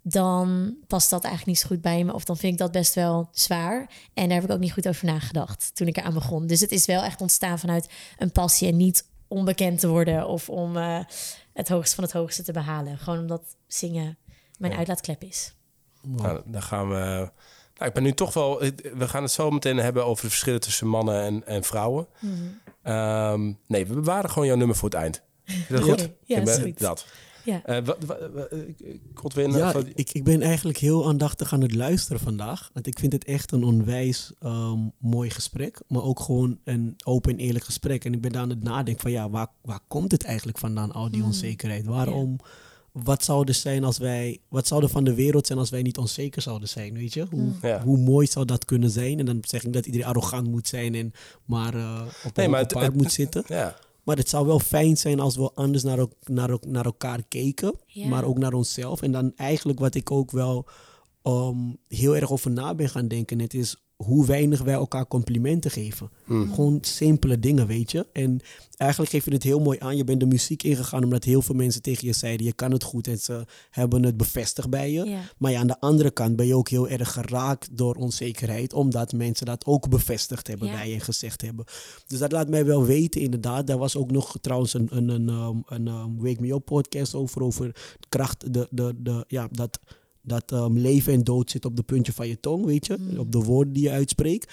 dan past dat eigenlijk niet zo goed bij me. Of dan vind ik dat best wel zwaar. En daar heb ik ook niet goed over nagedacht toen ik eraan begon. Dus het is wel echt ontstaan vanuit een passie en niet onbekend te worden of om uh, het hoogste van het hoogste te behalen. Gewoon omdat zingen mijn ja. uitlaatklep is. Wow. Nou, dan gaan we... Nou, ik ben nu toch wel... We gaan het zo meteen hebben over de verschillen tussen mannen en, en vrouwen. Mm-hmm. Um, nee, we bewaren gewoon jouw nummer voor het eind. Is dat goed? Ja, ja, ik ben, goed. Dat. Ja, uh, wat, wat, wat, Godwin, ja wat... ik, ik ben eigenlijk heel aandachtig aan het luisteren vandaag. Want ik vind het echt een onwijs um, mooi gesprek. Maar ook gewoon een open en eerlijk gesprek. En ik ben daar aan het nadenken van ja, waar, waar komt het eigenlijk vandaan, al die mm. onzekerheid? Waarom? Ja. Wat zou er zijn als wij... Wat zou er van de wereld zijn als wij niet onzeker zouden zijn, weet je? Hoe, ja. hoe mooi zou dat kunnen zijn? En dan zeg ik dat iedereen arrogant moet zijn en maar uh, op nee, een maar paard het, moet het, zitten. Ja. Maar het zou wel fijn zijn als we anders naar, naar, naar elkaar keken. Ja. Maar ook naar onszelf. En dan eigenlijk wat ik ook wel um, heel erg over na ben gaan denken. Het is hoe weinig wij elkaar complimenten geven. Hmm. Gewoon simpele dingen, weet je. En eigenlijk geef je het heel mooi aan. Je bent de muziek ingegaan omdat heel veel mensen tegen je zeiden... je kan het goed en ze hebben het bevestigd bij je. Ja. Maar ja, aan de andere kant ben je ook heel erg geraakt door onzekerheid... omdat mensen dat ook bevestigd hebben Ja. bij je en gezegd hebben. Dus dat laat mij wel weten, inderdaad. Daar was ook nog trouwens een, een, een, um, een um, Wake Me Up podcast over... over kracht, de, de, de, ja, dat... Dat um, leven en dood zit op de puntje van je tong, weet je. Mm. Op de woorden die je uitspreekt.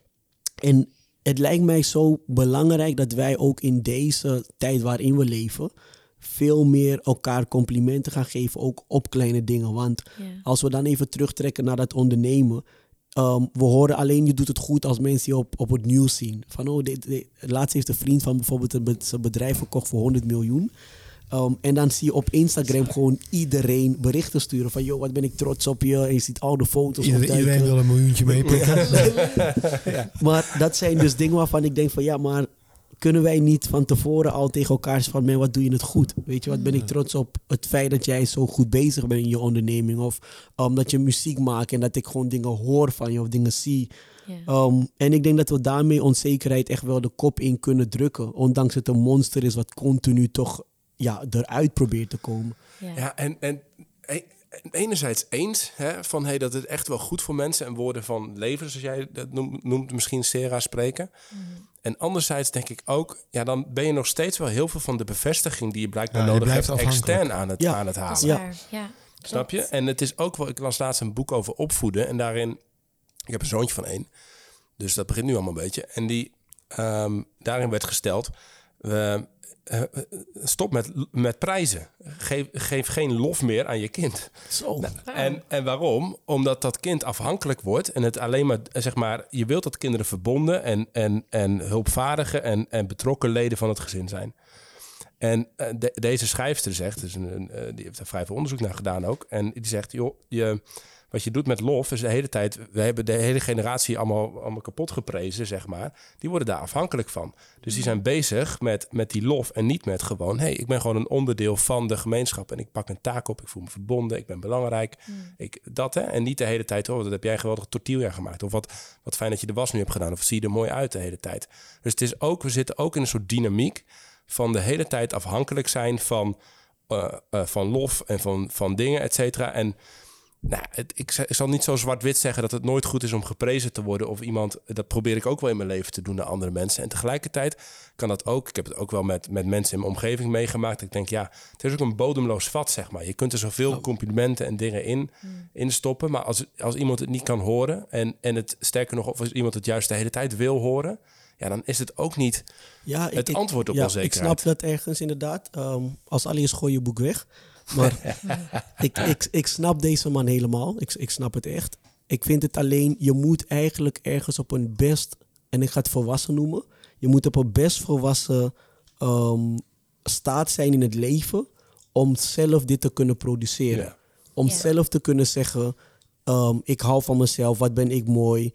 En het lijkt mij zo belangrijk dat wij ook in deze tijd waarin we leven... veel meer elkaar complimenten gaan geven, ook op kleine dingen. Want Ja. als we dan even terugtrekken naar dat ondernemen... Um, we horen alleen je doet het goed als mensen je op, op het nieuws zien. Van, oh, dit, dit. Laatst heeft een vriend van bijvoorbeeld een be- zijn bedrijf verkocht voor honderd miljoen... Um, en dan zie je op Instagram gewoon iedereen berichten sturen van... joh, wat ben ik trots op je. En je ziet al de foto's Iedereen, opduiken. iedereen wil een miljoentje meepikken. Ja. Maar dat zijn dus dingen waarvan ik denk van... ja, maar kunnen wij niet van tevoren al tegen elkaar zeggen van... man, wat doe je het goed? Weet je, wat ben ik trots op het feit dat jij zo goed bezig bent in je onderneming... of um, dat je muziek maakt en dat ik gewoon dingen hoor van je of dingen zie... Ja. Um, en ik denk dat we daarmee onzekerheid echt wel de kop in kunnen drukken. Ondanks het een monster is wat continu toch... ja, eruit probeert te komen. Ja. Ja, en, en e- enerzijds eens hè, van hey, dat het echt wel goed voor mensen en woorden van leven, zoals jij dat noemt, noemt misschien Sarah spreken. Mm. En anderzijds denk ik ook, ja, dan ben je nog steeds wel heel veel van de bevestiging die je blijkbaar Ja, je nodig blijft hebt afhankelijk. extern aan het, Ja. aan het Dat halen. is Ja. waar. Ja. Snap je? Klopt. En het is ook wel, ik las laatst een boek over opvoeden en daarin, ik heb een zoontje van één, dus dat begint nu allemaal een beetje. En die, um, daarin werd gesteld, uh, uh, stop met, met prijzen. Geef, geef geen lof meer aan je kind. Zo. Nou, en, en waarom? Omdat dat kind afhankelijk wordt en het alleen maar, zeg maar, je wilt dat kinderen verbonden en, en, en hulpvaardige en, en betrokken leden van het gezin zijn. En uh, de, deze schrijfster zegt, dus een, een, uh, die heeft er vrij veel onderzoek naar gedaan ook. En die zegt, joh, je, wat je doet met lof is de hele tijd... We hebben de hele generatie allemaal, allemaal kapot geprezen, zeg maar. Die worden daar afhankelijk van. Dus die zijn bezig met, met die lof en niet met gewoon... hey, ik ben gewoon een onderdeel van de gemeenschap en ik pak een taak op. Ik voel me verbonden, ik ben belangrijk. Mm. Ik, dat, hè? En niet de hele tijd, oh, dat heb jij een geweldig tortilla gemaakt. Of wat, wat fijn dat je de was nu hebt gedaan. Of zie je er mooi uit de hele tijd. Dus het is ook, we zitten ook in een soort dynamiek... van de hele tijd afhankelijk zijn van, uh, uh, van lof en van, van dingen, et cetera. En nou, het, ik, ik zal niet zo zwart-wit zeggen dat het nooit goed is om geprezen te worden. Of iemand, dat probeer ik ook wel in mijn leven te doen naar andere mensen. En tegelijkertijd kan dat ook, ik heb het ook wel met, met mensen in mijn omgeving meegemaakt. Ik denk, ja, het is ook een bodemloos vat, zeg maar. Je kunt er zoveel complimenten en dingen in, Mm. in stoppen. Maar als, als iemand het niet kan horen en, en het sterker nog, of als iemand het juist de hele tijd wil horen... ja, dan is het ook niet Ja, het antwoord op ja, onzekerheid. Ik snap dat ergens inderdaad. Um, als allereerst gooi je boek weg. Maar ik, ik, ik snap deze man helemaal. Ik, ik snap het echt. Ik vind het alleen, je moet eigenlijk ergens op een best... en ik ga het volwassen noemen. Je moet op een best volwassen um, staat zijn in het leven... om zelf dit te kunnen produceren. Ja. Om Ja. zelf te kunnen zeggen... Um, ik hou van mezelf, wat ben ik mooi...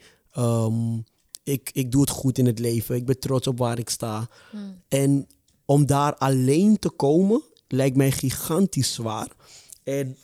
Um, Ik, ik doe het goed in het leven. Ik ben trots op waar ik sta. Mm. En om daar alleen te komen, lijkt mij gigantisch zwaar. En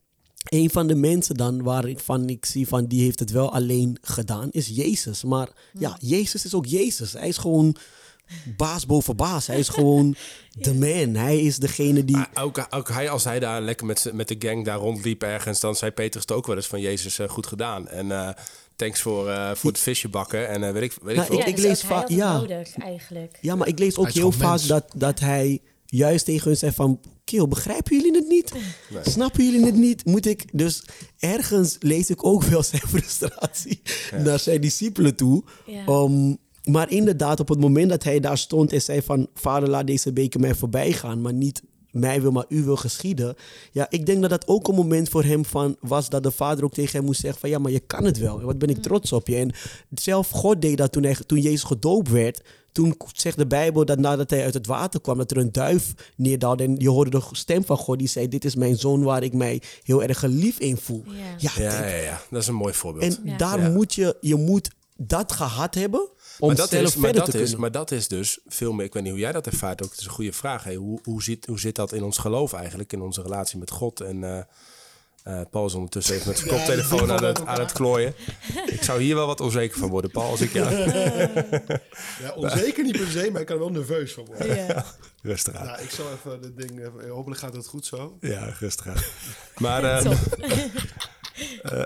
een van de mensen dan waarvan ik zie van die heeft het wel alleen gedaan, is Jezus. Maar ja, Jezus is ook Jezus. Hij is gewoon baas boven baas. Hij is gewoon de man. Hij is degene die... Maar ook, ook hij, als hij daar lekker met, z'n- met de gang daar rondliep ergens... dan zei Petrus het ook wel eens van Jezus, uh, goed gedaan. En uh, thanks voor, uh, voor het visje bakken en uh, weet ik, weet ik Nou, veel. Ja, ik dus lees ook hij va- had het ja. nodig, eigenlijk. Ja, maar ik lees ook Hij is heel gewoon vaak mens. dat, dat hij juist tegen hun zegt van... Kill, begrijpen jullie het niet? Nee. Snappen jullie het niet? Moet ik... Dus ergens lees ik ook wel zijn frustratie naar zijn discipelen toe. Ja. Um, maar inderdaad, op het moment dat hij daar stond en zei van... Vader, laat deze beker mij voorbij gaan, maar niet mij wil, maar u wil geschieden. Ja, ik denk dat dat ook een moment voor hem van was... dat de vader ook tegen hem moest zeggen van... ja, maar je kan het wel. Wat ben ik trots op je. En zelf God deed dat toen, hij, toen Jezus gedoopt werd... Toen zegt de Bijbel dat nadat hij uit het water kwam... dat er een duif neerdaalde en je hoorde de stem van God... die zei, dit is mijn zoon waar ik mij heel erg geliefd in voel. Ja. Ja, Ja, kijk, ja, ja, dat is een mooi voorbeeld. en Ja. daar Ja. moet je... Je moet dat gehad hebben om maar dat, zelf is, maar, verder dat te is, kunnen. maar dat is dus veel meer... Ik weet niet hoe jij dat ervaart ook. Het is een goede vraag. Hey, hoe, hoe, zit, hoe zit dat in ons geloof eigenlijk? In onze relatie met God? En uh, Uh, Paul is ondertussen even met zijn koptelefoon aan het, aan het klooien. Ik zou hier wel wat onzeker van worden, Paul, als ik ja. ja onzeker niet per se, maar ik kan er wel nerveus van worden. Ja. Rustig aan. Nou, ik zal even dit ding... Even, hopelijk gaat het goed zo. Ja, rustig aan. Maar... Uh, Uh,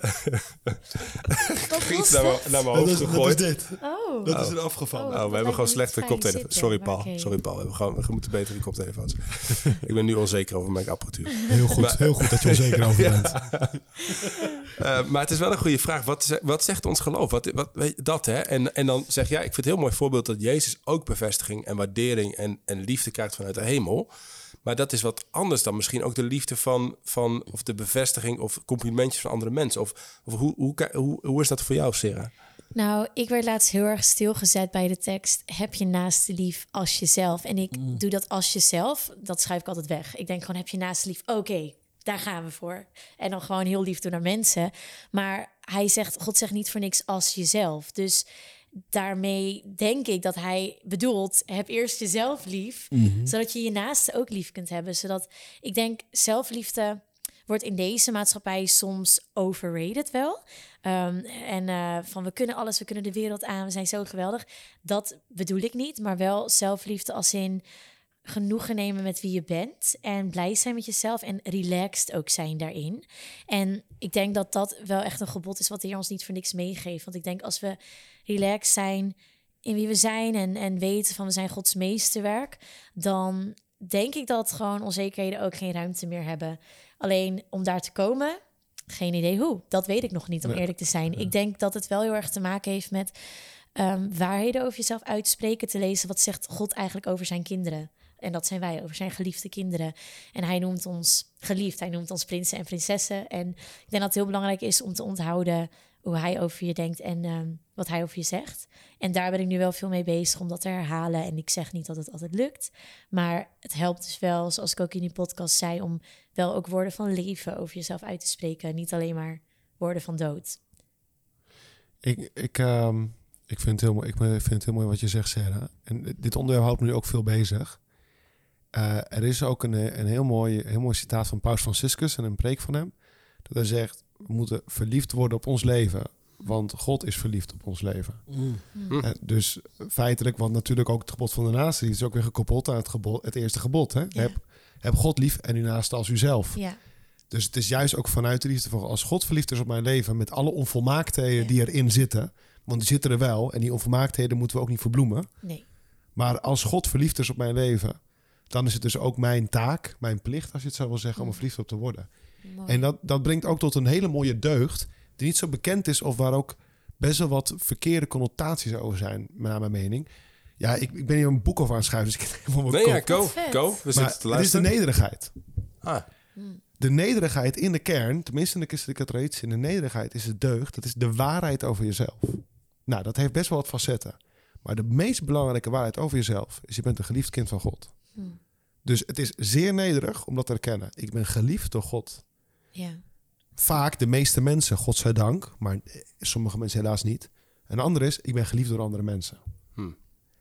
iets naar, naar mijn hoofd gegooid. Dat is dit. Oh. Dat is er afgevallen. Oh, oh, we hebben gewoon slechte koptelefoons. Sorry, Paul. Okay. Sorry, Paul. We, hebben gewoon, we moeten beter die koptelefoons. Ik ben nu onzeker over mijn apparatuur. Heel goed, maar, heel goed dat je onzeker over bent. Ja. uh, maar het is wel een goede vraag. Wat, wat zegt ons geloof? Wat, wat, weet, dat, hè? En, en dan zeg jij, ja, ik vind het een heel mooi voorbeeld dat Jezus ook bevestiging en waardering en, en liefde krijgt vanuit de hemel. Maar dat is wat anders dan misschien ook de liefde van, van of de bevestiging of complimentjes van andere mensen. Of, of hoe, hoe, hoe, hoe is dat voor jou, Sarah? Nou, ik werd laatst heel erg stilgezet bij de tekst. Heb je naaste lief als jezelf? En ik mm. doe dat als jezelf. Dat schrijf ik altijd weg. Ik denk gewoon, heb je naaste lief? Oké, okay, daar gaan we voor. En dan gewoon heel lief doen naar mensen. Maar hij zegt, God zegt niet voor niks als jezelf. Dus daarmee denk ik dat hij bedoelt, heb eerst jezelf lief, mm-hmm. zodat je je naaste ook lief kunt hebben. Zodat ik denk, zelfliefde wordt in deze maatschappij soms overrated wel. Um, en uh, van we kunnen alles, we kunnen de wereld aan, we zijn zo geweldig. Dat bedoel ik niet, maar wel zelfliefde als in genoegen nemen met wie je bent en blij zijn met jezelf en relaxed ook zijn daarin. En ik denk dat dat wel echt een gebod is wat de Heer ons niet voor niks meegeeft. Want ik denk als we relaxed zijn in wie we zijn en, en weten van we zijn Gods meesterwerk, dan denk ik dat gewoon onzekerheden ook geen ruimte meer hebben. Alleen om daar te komen, geen idee hoe. Dat weet ik nog niet, om ja. eerlijk te zijn. Ja. Ik denk dat het wel heel erg te maken heeft met um, waarheden over jezelf uitspreken, te lezen wat zegt God eigenlijk over zijn kinderen. En dat zijn wij, over zijn geliefde kinderen. En hij noemt ons geliefd, hij noemt ons prinsen en prinsessen. En ik denk dat het heel belangrijk is om te onthouden hoe hij over je denkt en um, wat hij over je zegt. En daar ben ik nu wel veel mee bezig om dat te herhalen. En ik zeg niet dat het altijd lukt. Maar het helpt dus wel, zoals ik ook in die podcast zei, om wel ook woorden van leven over jezelf uit te spreken. Niet alleen maar woorden van dood. Ik, ik, um, ik, vind, het heel mooi, ik vind het heel mooi wat je zegt, Sarah. En dit onderwerp houdt me nu ook veel bezig. Uh, er is ook een, een heel, mooi, heel mooi citaat van Paus Franciscus en een preek van hem. Dat hij zegt, we moeten verliefd worden op ons leven. Want God is verliefd op ons leven. Mm. Mm. Uh, dus feitelijk, want natuurlijk ook het gebod van de naaste, die is ook weer gekoppeld aan het, gebod, het eerste gebod. Hè? Ja. Heb, heb God lief en uw naaste als uzelf. Ja. Dus het is juist ook vanuit de liefde van als God verliefd is op mijn leven, met alle onvolmaaktheden ja. die erin zitten. Want die zitten er wel en die onvolmaaktheden moeten we ook niet verbloemen. Nee. Maar als God verliefd is op mijn leven, dan is het dus ook mijn taak, mijn plicht, als je het zo wil zeggen, om er verliefd op te worden. Mooi. En dat, dat brengt ook tot een hele mooie deugd, die niet zo bekend is of waar ook best wel wat verkeerde connotaties over zijn, naar mijn mening. Ja, ik, ik ben hier een boek over aan het schrijven, dus ik heb helemaal Nee, ja, go, go. We maar te het is de nederigheid. Ah. De nederigheid in de kern, tenminste in de christelijke traditie, in de nederigheid is het deugd, dat is de waarheid over jezelf. Nou, dat heeft best wel wat facetten. Maar de meest belangrijke waarheid over jezelf is, je bent een geliefd kind van God. Hmm. Dus het is zeer nederig om dat te erkennen. Ik ben geliefd door God. Ja. Vaak de meeste mensen, godzijdank, maar sommige mensen helaas niet. Een ander is, ik ben geliefd door andere mensen. Hmm.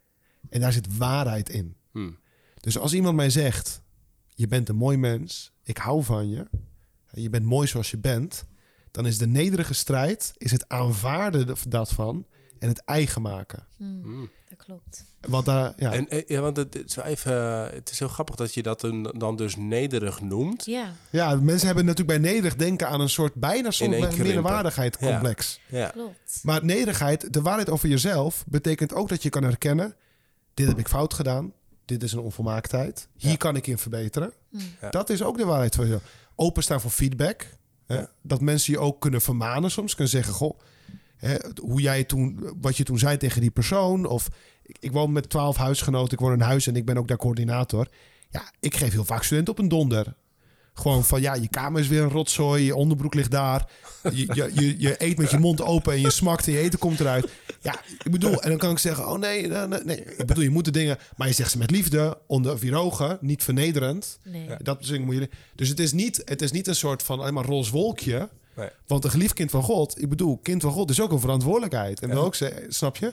En daar zit waarheid in. Hmm. Dus als iemand mij zegt, je bent een mooi mens, ik hou van je, je bent mooi zoals je bent, dan is de nederige strijd, is het aanvaarden dat van en het eigen maken. Hmm. Hmm. Dat klopt. Want, uh, ja. En, ja, want het is, even, het is heel grappig dat je dat dan dus nederig noemt. Ja, ja mensen hebben natuurlijk bij nederig denken aan een soort bijna soms minderwaardigheidscomplex. Ja. Ja. Klopt. Maar nederigheid, de waarheid over jezelf, betekent ook dat je kan herkennen, dit heb ik fout gedaan, dit is een onvolmaaktheid, hier ja. kan ik in verbeteren. Ja. Dat is ook de waarheid voor je. Openstaan voor feedback. Ja. Hè? Dat mensen je ook kunnen vermanen soms, kunnen zeggen, goh, hè, hoe jij toen, wat je toen zei tegen die persoon, of ik, ik woon met twaalf huisgenoten, ik woon in een huis en ik ben ook daar coördinator. Ja, ik geef heel vaak studenten op een donder. Gewoon van, ja, je kamer is weer een rotzooi, je onderbroek ligt daar. Je, je, je, je eet met je mond open en je smakt en je eten komt eruit. Ja, ik bedoel, en dan kan ik zeggen, oh nee, nee, nee. Ik bedoel, je moet de dingen, maar je zegt ze met liefde, onder vier ogen, niet vernederend. Nee. Ja, dat soort dingen moet je. Dus het is niet, het is niet een soort van alleen maar roze wolkje. Nee. Want een geliefd kind van God, ik bedoel, kind van God is ook een verantwoordelijkheid. En ja. ook, snap je?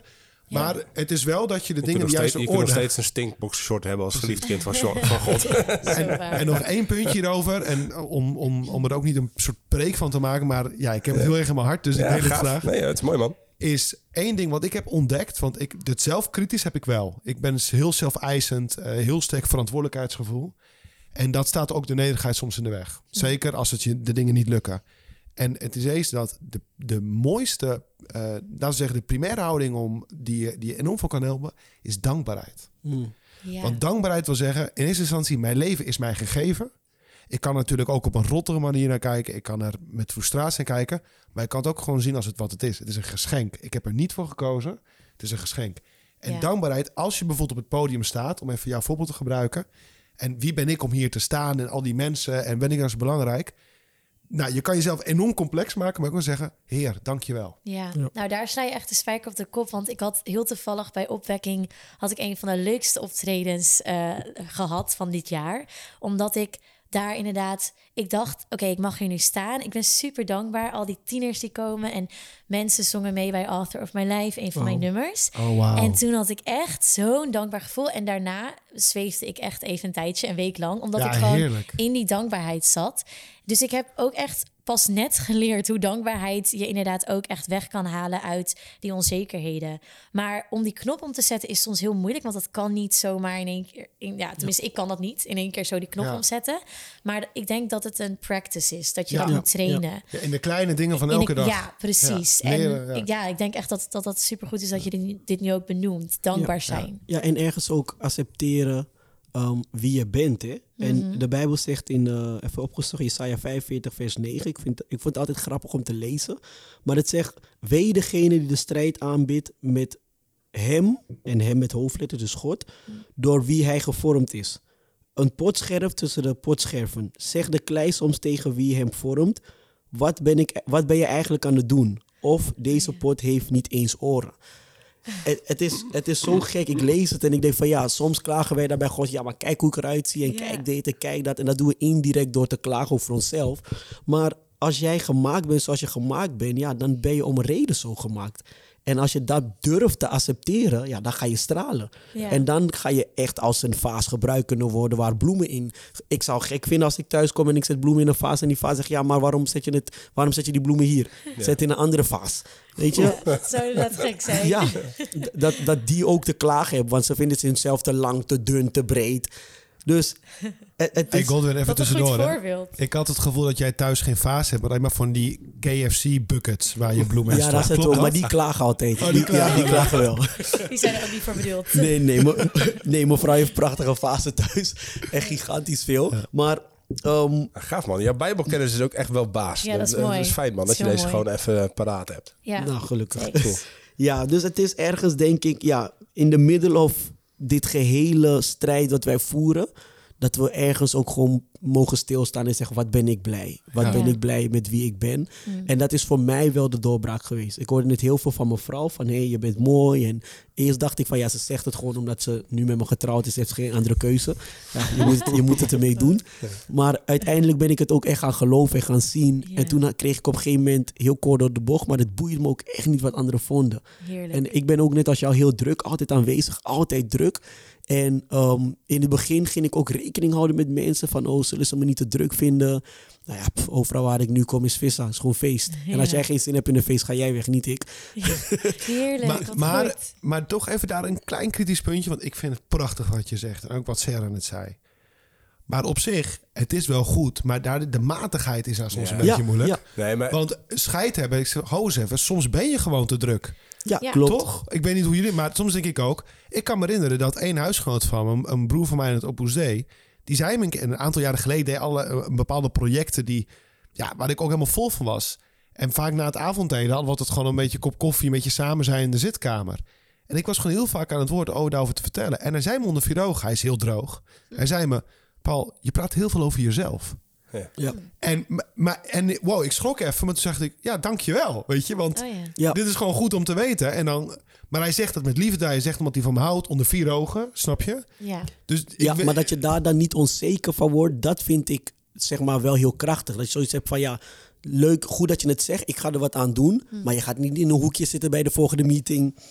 Ja. Maar het is wel dat je de Je dingen kunt die nog juist steeds, je orde... kunt nog steeds een stinkboxershort hebben als geliefd kind van, van God. En, waar. en nog één puntje hierover. En om, om, om er ook niet een soort preek van te maken. Maar ja, ik heb het heel erg in mijn hart. Dus ik Ja, deel het gaaf. graag. Nee, het is mooi, man. Is één ding wat ik heb ontdekt. Want ik, dit zelfkritisch heb ik wel. Ik ben heel zelfeisend. Uh, heel sterk verantwoordelijkheidsgevoel. En dat staat ook de nederigheid soms in de weg. Zeker als het je de dingen niet lukken. En het is eens dat de, de mooiste, uh, laten we zeggen, de primaire houding om die, je- die je enorm veel kan helpen, is dankbaarheid. Mm. Ja. Want dankbaarheid wil zeggen, in eerste instantie, mijn leven is mij gegeven. Ik kan natuurlijk ook op een rottere manier naar kijken. Ik kan er met frustratie naar kijken. Maar ik kan het ook gewoon zien als het wat het is. Het is een geschenk. Ik heb er niet voor gekozen. Het is een geschenk. En Ja. dankbaarheid, als je bijvoorbeeld op het podium staat, om even jouw voorbeeld te gebruiken. En wie ben ik om hier te staan en al die mensen en ben ik nou zo belangrijk? Nou, je kan jezelf enorm complex maken, maar ik wil zeggen, Heer, dank je wel. Ja. Ja. nou daar sla je echt de spijker op de kop. Want ik had heel toevallig bij opwekking... had ik een van de leukste optredens eh, gehad van dit jaar. Omdat ik daar inderdaad... Ik dacht, oké, ik mag hier nu staan. Ik ben super dankbaar. Al die tieners die komen en mensen zongen mee bij Author of My Life, een van Oh. mijn nummers. Oh, wauw. En toen had ik echt zo'n dankbaar gevoel. En daarna zweefde ik echt even een tijdje, een week lang. Omdat Ja, ik gewoon heerlijk. in die dankbaarheid zat. Dus ik heb ook echt pas net geleerd hoe dankbaarheid je inderdaad ook echt weg kan halen uit die onzekerheden. Maar om die knop om te zetten is soms heel moeilijk, want dat kan niet zomaar in één keer... In, ja, tenminste, ik kan dat niet in één keer zo die knop Ja. omzetten. Maar ik denk dat het een practice is, dat je Ja. dat Ja. moet trainen. Ja, in de kleine dingen van In elke de- dag. Ja, precies. Ja, leren, en ja. Ik, ja, ik denk echt dat dat, dat supergoed is dat je dit, dit nu ook benoemt. Dankbaar zijn. Ja, en ergens ook accepteren um, wie je bent. Hè? En de Bijbel zegt in, uh, even opgezocht, Jesaja vijfenveertig vers negen. Ik vind, ik vond het altijd grappig om te lezen. Maar het zegt, wee degene die de strijd aanbidt met hem, en hem met hoofdletter, dus God, door wie hij gevormd is. Een potscherf tussen de potscherven. Zeg de klei soms tegen wie hem vormt. Wat ben, ik, wat ben je eigenlijk aan het doen? Of deze pot heeft niet eens oren. Het, het, is, het is zo gek. Ik lees het en ik denk van ja, soms klagen wij daar bij God. Ja, maar kijk hoe ik eruit zie en Ja. kijk dit en kijk dat. En dat doen we indirect door te klagen over onszelf. Maar als jij gemaakt bent zoals je gemaakt bent, ja, dan ben je om een reden zo gemaakt. En als je dat durft te accepteren, ja, dan ga je stralen. Ja. En dan ga je echt als een vaas gebruikt kunnen worden waar bloemen in. Ik zou gek vinden als ik thuis kom en ik zet bloemen in een vaas en die vaas zegt, ja, maar waarom zet je, het, waarom zet je die bloemen hier? Zet in een andere vaas. Weet je? Dat zou inderdaad gek zijn. Ja, d- dat, dat die ook te klagen hebben, want ze vinden zichzelf te lang, te dun, te breed. Dus het, het Hey is... Godwin, even Wat een goed tussendoor. Hè? voorbeeld. Ik had het gevoel dat jij thuis geen vaas hebt, maar alleen maar van die K F C buckets waar je bloemen in Ja, stopt. daar zit Klopt ook, dat? maar die klagen altijd. Oh, die Die- klagen ja, die klagen wel. Die zijn er ook niet voor bedoeld. Nee, nee, me- nee, mevrouw heeft prachtige vazen thuis. Echt gigantisch veel. Maar ehm, Ah, gaaf, man. Jouw bijbelkennis is ook echt wel baas. Ja, dat is Eh, mooi. Dat is fijn, man. Dat Dat, is je deze heel mooi. gewoon even paraat hebt. Ja. nou, gelukkig. Zeker. Cool. Ja, dus het is ergens, denk ik, ja, in de middle of dit gehele strijd wat wij voeren, dat we ergens ook gewoon mogen stilstaan en zeggen, wat ben ik blij? Wat Ja. ben Ja. ik blij met wie ik ben? Mm. En dat is voor mij wel de doorbraak geweest. Ik hoorde het heel veel van mijn vrouw, van hé, hey, je bent mooi. En eerst dacht ik van, ja, ze zegt het gewoon omdat ze nu met me getrouwd is, heeft ze geen andere keuze. Ja, je, moet het, je moet het ermee doen. Maar uiteindelijk ben ik het ook echt gaan geloven en gaan zien. Ja. En toen kreeg ik op een gegeven moment heel kort door de bocht, maar het boeide me ook echt niet wat anderen vonden. Heerlijk. En ik ben ook net als jou heel druk, altijd aanwezig, altijd druk. En um, in het begin ging ik ook rekening houden met mensen van, oh, zullen ze me niet te druk vinden? Nou ja, pff, overal waar ik nu kom is vissa, is gewoon feest. En als Ja. jij geen zin hebt in een feest, ga jij weg, niet ik. Heerlijk. Maar, wat maar, goed. maar toch even daar een klein kritisch puntje, want ik vind het prachtig wat je zegt. En ook wat Sarah net zei. Maar op zich, het is wel goed, maar daar, de matigheid is daar soms Ja. een beetje Ja, moeilijk. ja. Nee, maar Want scheid hebben, ik zeg, ho eens even, soms ben je gewoon te druk. Ja, Ja. klopt. Toch? Ik weet niet hoe jullie, maar soms denk ik ook. Ik kan me herinneren dat één huisgenoot van me, een, een broer van mij in het Opus Dei, die zei me een, keer- een aantal jaren geleden, deed alle eh, bepaalde projecten die, ja, waar ik ook helemaal vol van was. En vaak na het avondeten hadden we het gewoon een beetje kop koffie, een beetje samen zijn in de zitkamer. En ik was gewoon heel vaak aan het woord oh, daarover te vertellen. En hij zei me onder vier ogen, hij is heel droog. Hij zei me, Paul, je praat heel veel over jezelf. Ja, En, maar, en wow, ik schrok even, maar toen zag ik, ja, dankjewel. Weet je, want Oh ja. ja. dit is gewoon goed om te weten. En dan, maar hij zegt dat met liefde. Hij zegt omdat hij van me houdt onder vier ogen. Snap je? Ja. Dus ik ja weet- maar dat je daar dan niet onzeker van wordt, dat vind ik zeg maar wel heel krachtig. Dat je zoiets hebt van, ja, leuk, goed dat je het zegt, ik ga er wat aan doen. Maar je gaat niet in een hoekje zitten bij de volgende meeting.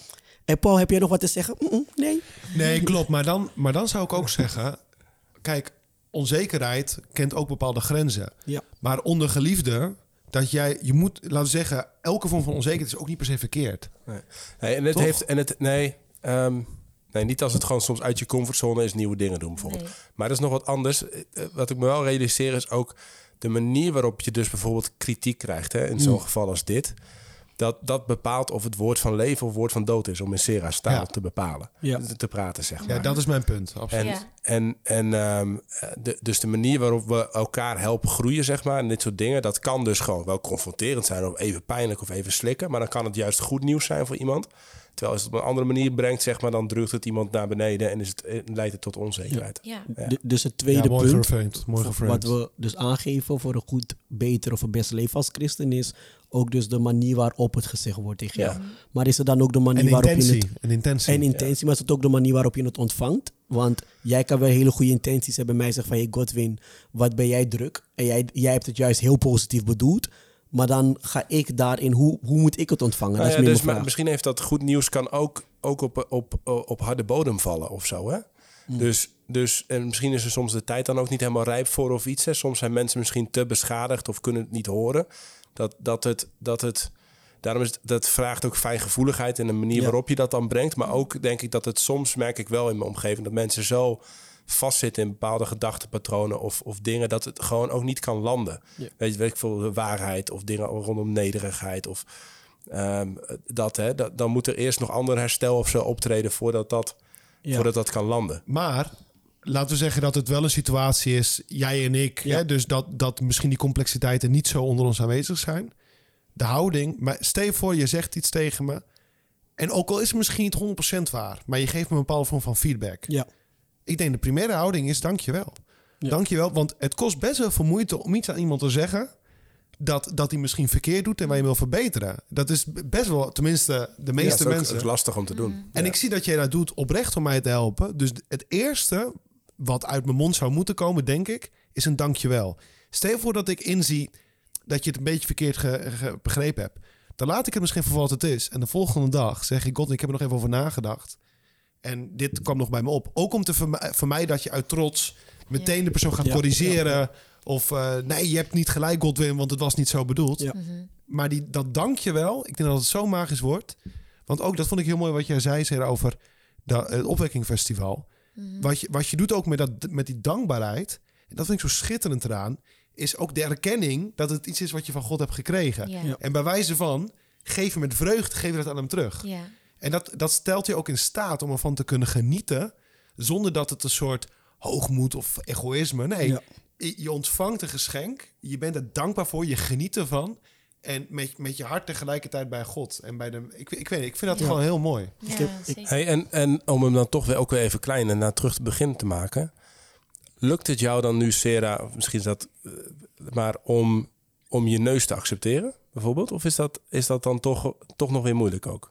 En Paul, heb jij nog wat te zeggen? Mm-mm, nee. Nee, klopt. Maar dan, maar dan zou ik ook zeggen... Kijk, onzekerheid kent ook bepaalde grenzen. Ja. Maar onder geliefden... dat jij... Je moet, laten we zeggen... elke vorm van onzekerheid is ook niet per se verkeerd. Nee, nee en het Toch? heeft... En het, nee, um, nee, niet als het gewoon soms uit je comfortzone is nieuwe dingen doen bijvoorbeeld. Nee. Maar dat is nog wat anders. Wat ik me wel realiseer is ook... de manier waarop je dus bijvoorbeeld kritiek krijgt... Hè, in zo'n Mm. geval als dit... Dat, dat bepaalt of het woord van leven of woord van dood is... om in Sera's taal Ja. te bepalen. Ja. Te, te praten, zeg maar. Ja, dat is mijn punt. Absoluut. En, Ja. en, en um, de, dus de manier waarop we elkaar helpen groeien, zeg maar, en dit soort dingen, dat kan dus gewoon wel confronterend zijn of even pijnlijk of even slikken, maar dan kan het juist goed nieuws zijn voor iemand. Terwijl als het op een andere manier brengt, zeg maar, dan drukt het iemand naar beneden en is het, leidt het tot onzekerheid. Ja. Ja. D- dus het tweede Ja, mooi punt, geframed. Mooi geframed. wat we dus aangeven voor een goed, beter of een best leven als christen is, ook dus de manier waarop het gezegd wordt tegen Ja. jou. Maar is het dan ook de manier En waarop intentie. je het... En intentie. En intentie, maar is het ook de manier waarop je het ontvangt? Want jij kan wel hele goede intenties hebben. Mij zeggen van, hey Godwin, wat ben jij druk? En jij, jij hebt het juist heel positief bedoeld. Maar dan ga ik daarin, hoe, hoe moet ik het ontvangen? Nou dat ja, is meer dus mijn maar vraag. misschien heeft dat goed nieuws kan ook, ook op, op, op harde bodem vallen of zo, hè? Hmm. Dus, dus en misschien is er soms de tijd dan ook niet helemaal rijp voor of iets. Hè? Soms zijn mensen misschien te beschadigd of kunnen het niet horen. Dat, dat het... Dat het Daarom is het, dat vraagt ook fijngevoeligheid en de manier Ja. waarop je dat dan brengt. Maar ook denk ik dat het soms, merk ik wel in mijn omgeving, dat mensen zo vastzitten in bepaalde gedachtenpatronen of, of dingen dat het gewoon ook niet kan landen. Ja. Weet je, weet ik veel, de waarheid of dingen rondom nederigheid of um, dat, hè. Dat, dan moet er eerst nog ander herstel of zo optreden voordat dat, Ja. voordat dat kan landen. Maar laten we zeggen dat het wel een situatie is, jij en ik. Ja. Hè, dus dat, dat misschien die complexiteiten niet zo onder ons aanwezig zijn. De houding, maar stel je voor, je zegt iets tegen me. En ook al is het misschien niet honderd procent waar, maar je geeft me een bepaalde vorm van feedback. Ja. Ik denk de primaire houding is dankjewel. Ja. Dankjewel, want het kost best wel veel moeite om iets aan iemand te zeggen dat, dat hij misschien verkeerd doet en waar je wil verbeteren. Dat is best wel, tenminste de Ja, meeste dat is ook, mensen. ook lastig om te doen. En Ja. ik zie dat jij dat doet oprecht om mij te helpen. Dus het eerste wat uit mijn mond zou moeten komen, denk ik, is een dankjewel. Stel je voor dat ik inzie dat je het een beetje verkeerd ge- ge- begrepen hebt. Dan laat ik het misschien voor wat het is. En de volgende dag zeg ik, God, ik heb er nog even over nagedacht. En dit kwam nog bij me op. Ook om te vermi- vermijden dat je uit trots meteen Ja. de persoon gaat Ja. corrigeren. Ja. Of uh, nee, je hebt niet gelijk, Godwin, want het was niet zo bedoeld. Ja. Mhm. Maar die, dat dankjewel, ik denk dat het zo magisch wordt. Want ook, dat vond ik heel mooi wat jij zei, Sarah, over dat, het opwekkingfestival. Mhm. Wat, je, wat je doet ook met, dat, met die dankbaarheid, en dat vind ik zo schitterend eraan, is ook de erkenning dat het iets is wat je van God hebt gekregen. Ja. Ja. En bij wijze van, geef je met vreugde, geef je dat aan hem terug. Ja. En dat, dat stelt je ook in staat om ervan te kunnen genieten, zonder dat het een soort hoogmoed of egoïsme. Nee, Ja. je, je ontvangt een geschenk, je bent er dankbaar voor, je geniet ervan. En met, met je hart tegelijkertijd bij God. En bij de, ik, ik weet niet, ik vind dat Ja. gewoon heel mooi. Ja, heb- ik- zeker. Hey, en, en om hem dan toch weer ook weer even klein en naar terug te beginnen te maken. Lukt het jou dan nu, Sarah, of misschien is dat uh, maar om, om je neus te accepteren, bijvoorbeeld? Of is dat, is dat dan toch, toch nog weer moeilijk ook?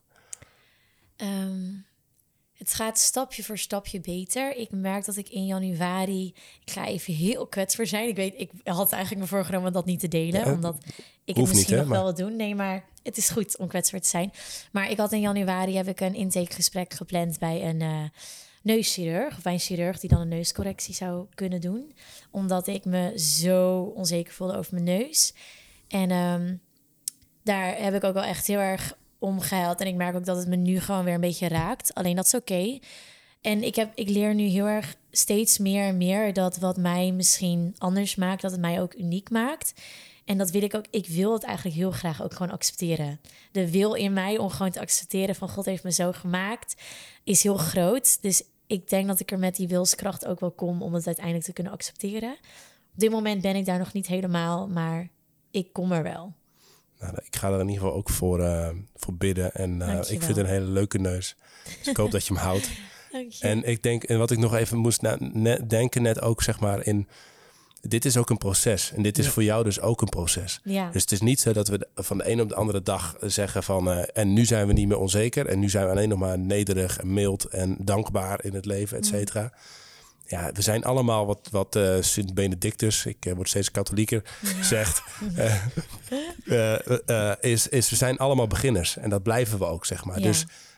Um, het gaat stapje voor stapje beter. Ik merk dat ik in januari... Ik ga even heel kwetsbaar zijn. Ik weet, ik had eigenlijk me voorgenomen dat niet te delen. Ja, omdat ik het hoeft misschien niet, hè, nog maar- wel wil doen. Nee, maar het is goed om kwetsbaar te zijn. Maar ik had in januari heb ik een intakegesprek gepland bij een uh, neuschirurg. Of bij een chirurg die dan een neuscorrectie zou kunnen doen. Omdat ik me zo onzeker voelde over mijn neus. En um, daar heb ik ook wel echt heel erg om gehuild. En ik merk ook dat het me nu gewoon weer een beetje raakt. Alleen dat is oké. Okay. En ik, heb, ik leer nu heel erg steeds meer en meer dat wat mij misschien anders maakt, dat het mij ook uniek maakt. En dat wil ik ook. Ik wil het eigenlijk heel graag ook gewoon accepteren. De wil in mij om gewoon te accepteren van God heeft me zo gemaakt, is heel groot. Dus ik denk dat ik er met die wilskracht ook wel kom om het uiteindelijk te kunnen accepteren. Op dit moment ben ik daar nog niet helemaal, maar ik kom er wel. Nou, ik ga er in ieder geval ook voor, uh, voor bidden. En uh, ik vind het een hele leuke neus. Dus ik hoop dat je hem houdt. Dank je. En ik denk, en wat ik nog even moest na, net denken, net ook zeg maar in. Dit is ook een proces. En dit is ja. voor jou dus ook een proces. Ja. Dus het is niet zo dat we van de een op de andere dag zeggen van uh, en nu zijn we niet meer onzeker. En nu zijn we alleen nog maar nederig en mild en dankbaar in het leven, et cetera. Mm. Ja, we zijn allemaal wat, wat uh, Sint Benedictus, ik uh, word steeds katholieker, ja. zegt. Uh, uh, uh, is, is, we zijn allemaal beginners. En dat blijven we ook, zeg maar. Ja. Dus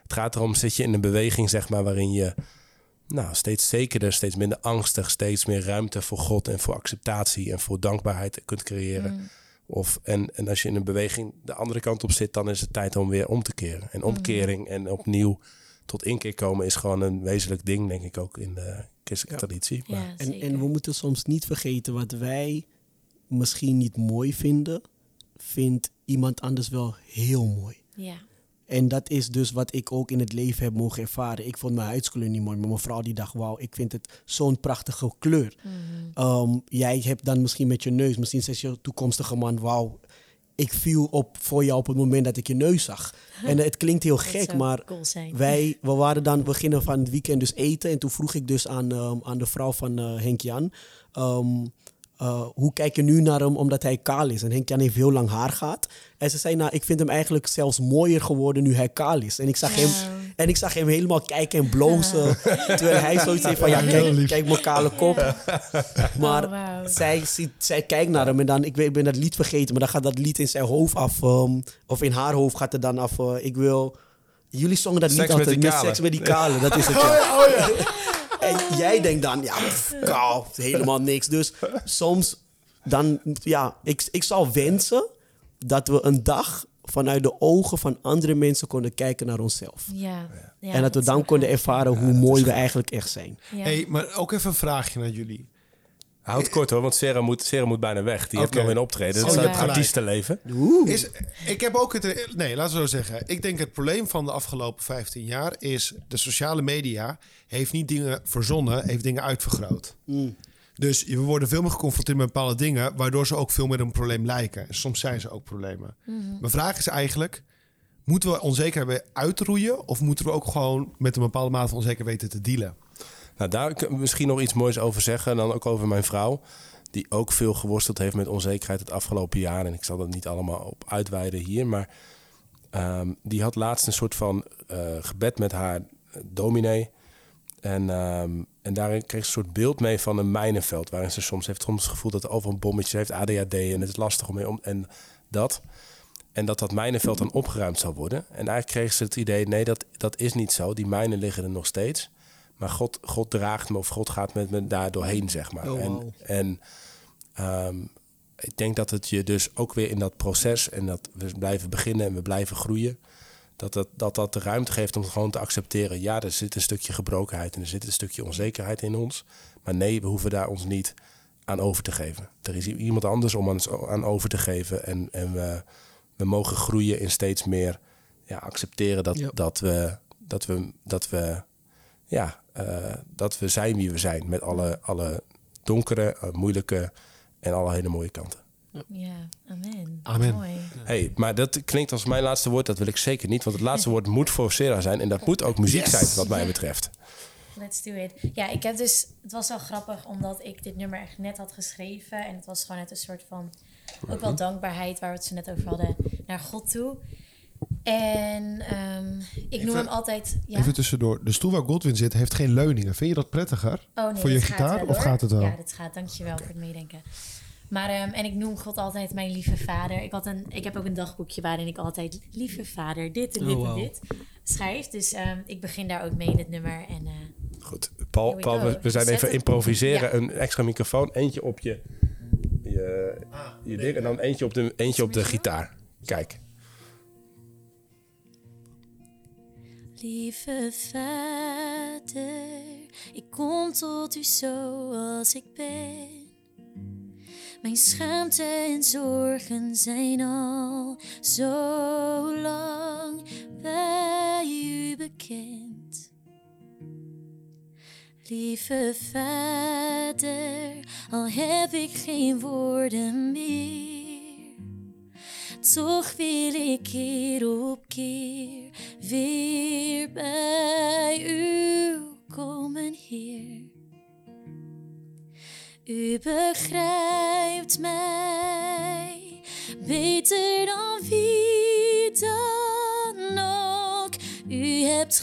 Het gaat erom, zit je in een beweging, zeg maar, waarin je nou, steeds zekerder, steeds minder angstig, steeds meer ruimte voor God en voor acceptatie en voor dankbaarheid kunt creëren. Mm. Of, en, en als je in een beweging de andere kant op zit, dan is het tijd om weer om te keren. En omkering mm. en opnieuw tot inkeer komen is gewoon een wezenlijk ding, denk ik ook in de christelijke ja. traditie. Maar. Ja, en, en we moeten soms niet vergeten wat wij misschien niet mooi vinden, vindt iemand anders wel heel mooi. Ja. En dat is dus wat ik ook in het leven heb mogen ervaren. Ik vond mijn huidskleur niet mooi, maar mijn vrouw die dacht, wauw, ik vind het zo'n prachtige kleur. Mm-hmm. Um, jij hebt dan misschien met je neus, misschien zegt je toekomstige man, wauw, ik viel op voor jou op het moment dat ik je neus zag. En het klinkt heel gek, maar cool wij we waren dan beginnen van het weekend dus eten. En toen vroeg ik dus aan, um, aan de vrouw van uh, Henk-Jan, um, Uh, hoe kijk je nu naar hem omdat hij kaal is? En Henk-Jan heeft heel lang haar gehad. En ze zei, nou, ik vind hem eigenlijk zelfs mooier geworden nu hij kaal is. En ik zag, hem, en ik zag hem helemaal kijken en blozen. Terwijl hij zoiets heeft van, ja, kijk, kijk mijn kale kop. Maar oh, wow. zij, ziet, zij kijkt naar hem en dan, ik, weet, ik ben dat lied vergeten, maar dan gaat dat lied in zijn hoofd af. Um, of in haar hoofd gaat het dan af. Uh, ik wil... Jullie zongen dat seks lied altijd, met, met seks met die kale. Dat is het, ja. Oh, ja. En jij denkt dan, ja, pff, kaal, helemaal niks. Dus soms, dan, ja, ik, ik zou wensen dat we een dag vanuit de ogen van andere mensen konden kijken naar onszelf. Ja. Ja, en dat we dan konden ervaren ja, hoe mooi we eigenlijk echt zijn. Ja. Hey, maar ook even een vraagje naar jullie. Houd kort hoor, want Sarah moet, Sarah moet bijna weg. Die okay. heeft nog een optreden. Dat is het artiestenleven. Is, ik heb ook het... Nee, laten we zo zeggen. Ik denk het probleem van de afgelopen vijftien jaar is... de sociale media heeft niet dingen verzonnen, heeft dingen uitvergroot. Mm. Dus we worden veel meer geconfronteerd met bepaalde dingen... waardoor ze ook veel meer een probleem lijken. En soms zijn ze ook problemen. Mm-hmm. Mijn vraag is eigenlijk... moeten we onzekerheid uitroeien... of moeten we ook gewoon met een bepaalde mate van onzekerheid weten te dealen? Nou, daar kan ik misschien nog iets moois over zeggen. En dan ook over mijn vrouw. Die ook veel geworsteld heeft met onzekerheid het afgelopen jaar. En ik zal dat niet allemaal op uitweiden hier. Maar um, die had laatst een soort van uh, gebed met haar dominee. En, um, en daarin kreeg ze een soort beeld mee van een mijnenveld. Waarin ze soms heeft soms het gevoel dat er over een bommetje heeft. A D H D en het is lastig om mee om. En dat. En dat dat mijnenveld dan opgeruimd zou worden. En eigenlijk kreeg ze het idee, nee, dat, dat is niet zo. Die mijnen liggen er nog steeds. Maar God, God draagt me of God gaat met me daar doorheen, zeg maar. Oh, wow. En, en um, ik denk dat het je dus ook weer in dat proces... en dat we blijven beginnen en we blijven groeien... dat dat, dat, dat de ruimte geeft om het gewoon te accepteren. Ja, er zit een stukje gebrokenheid en er zit een stukje onzekerheid in ons. Maar nee, we hoeven daar ons niet aan over te geven. Er is iemand anders om ons aan over te geven. En, en we, we mogen groeien in steeds meer ja, accepteren dat, ja. dat we... Dat we, dat we Ja, uh, dat we zijn wie we zijn. Met alle, alle donkere, uh, moeilijke en alle hele mooie kanten. Ja, amen. Amen. Mooi. Hey, maar dat klinkt als mijn laatste woord. Dat wil ik zeker niet. Want het laatste woord moet voor Sarah zijn. En dat moet ook muziek yes. zijn, wat mij betreft. Let's do it. Ja, ik heb dus... Het was wel grappig, omdat ik dit nummer echt net had geschreven. En het was gewoon uit een soort van... Ook wel dankbaarheid, waar we het zo net over hadden, naar God toe. En um, ik even, noem hem altijd... Ja? Even tussendoor. De stoel waar Godwin zit heeft geen leuningen. Vind je dat prettiger oh, nee, voor je gitaar? Wel, of gaat het wel? Ja, dat gaat. Dankjewel okay. voor het meedenken. Maar, um, en ik noem God altijd mijn lieve vader. Ik, had een, ik heb ook een dagboekje waarin ik altijd lieve vader dit en dit oh, wow. en dit schrijf. Dus um, ik begin daar ook mee in het nummer. En, uh, Goed. Paul, we, Paul we, we zijn Zet even het. improviseren. Ja. Een extra microfoon. Eentje op je, je, ah, je ding. En dan eentje op de, eentje op de gitaar. Kijk. Lieve vader, ik kom tot u zoals ik ben. Mijn schaamte en zorgen zijn al zo lang bij u bekend. Lieve vader, al heb ik geen woorden meer. Toch wil ik keer op keer weer bij u komen, Heer. U begrijpt mij beter dan wie dan ook. U hebt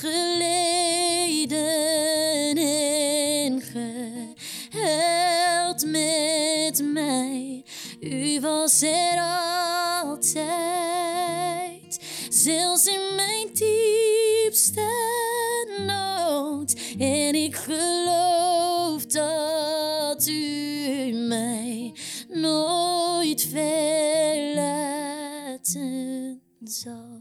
geleden en gehuild met mij. U was er altijd, zelfs in mijn diepste diepste nood. En ik geloof dat u mij nooit verlaten zal.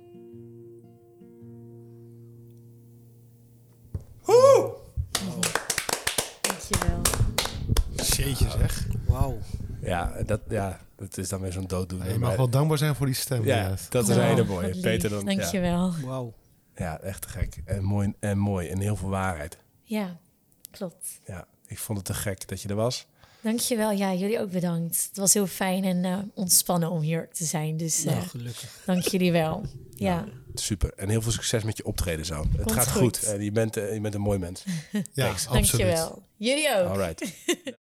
Woe! Dankjewel. Jeetje zeg. Wauw. Ja, dat, ja, dat is dan weer zo'n dooddoener. Je mag Maar- wel dankbaar zijn voor die stem. ja, inderdaad. dat is Oh, een hele wat mooie. lief. Beter dan... Ja. Dankjewel. Wauw. ja, echt te gek. En mooi, en mooi. En heel veel waarheid. Ja, klopt. Ja, ik vond het te gek dat je er was. Dankjewel. Ja, jullie ook bedankt. Het was heel fijn en uh, ontspannen om hier te zijn. Dus uh, Nou, gelukkig. dank jullie wel. Ja, Super. En heel veel succes met je optreden zo. Het Komt gaat goed. goed. En je bent, uh, je bent een mooi mens. Ja, Thanks. absoluut. dankjewel. Jullie ook. All right.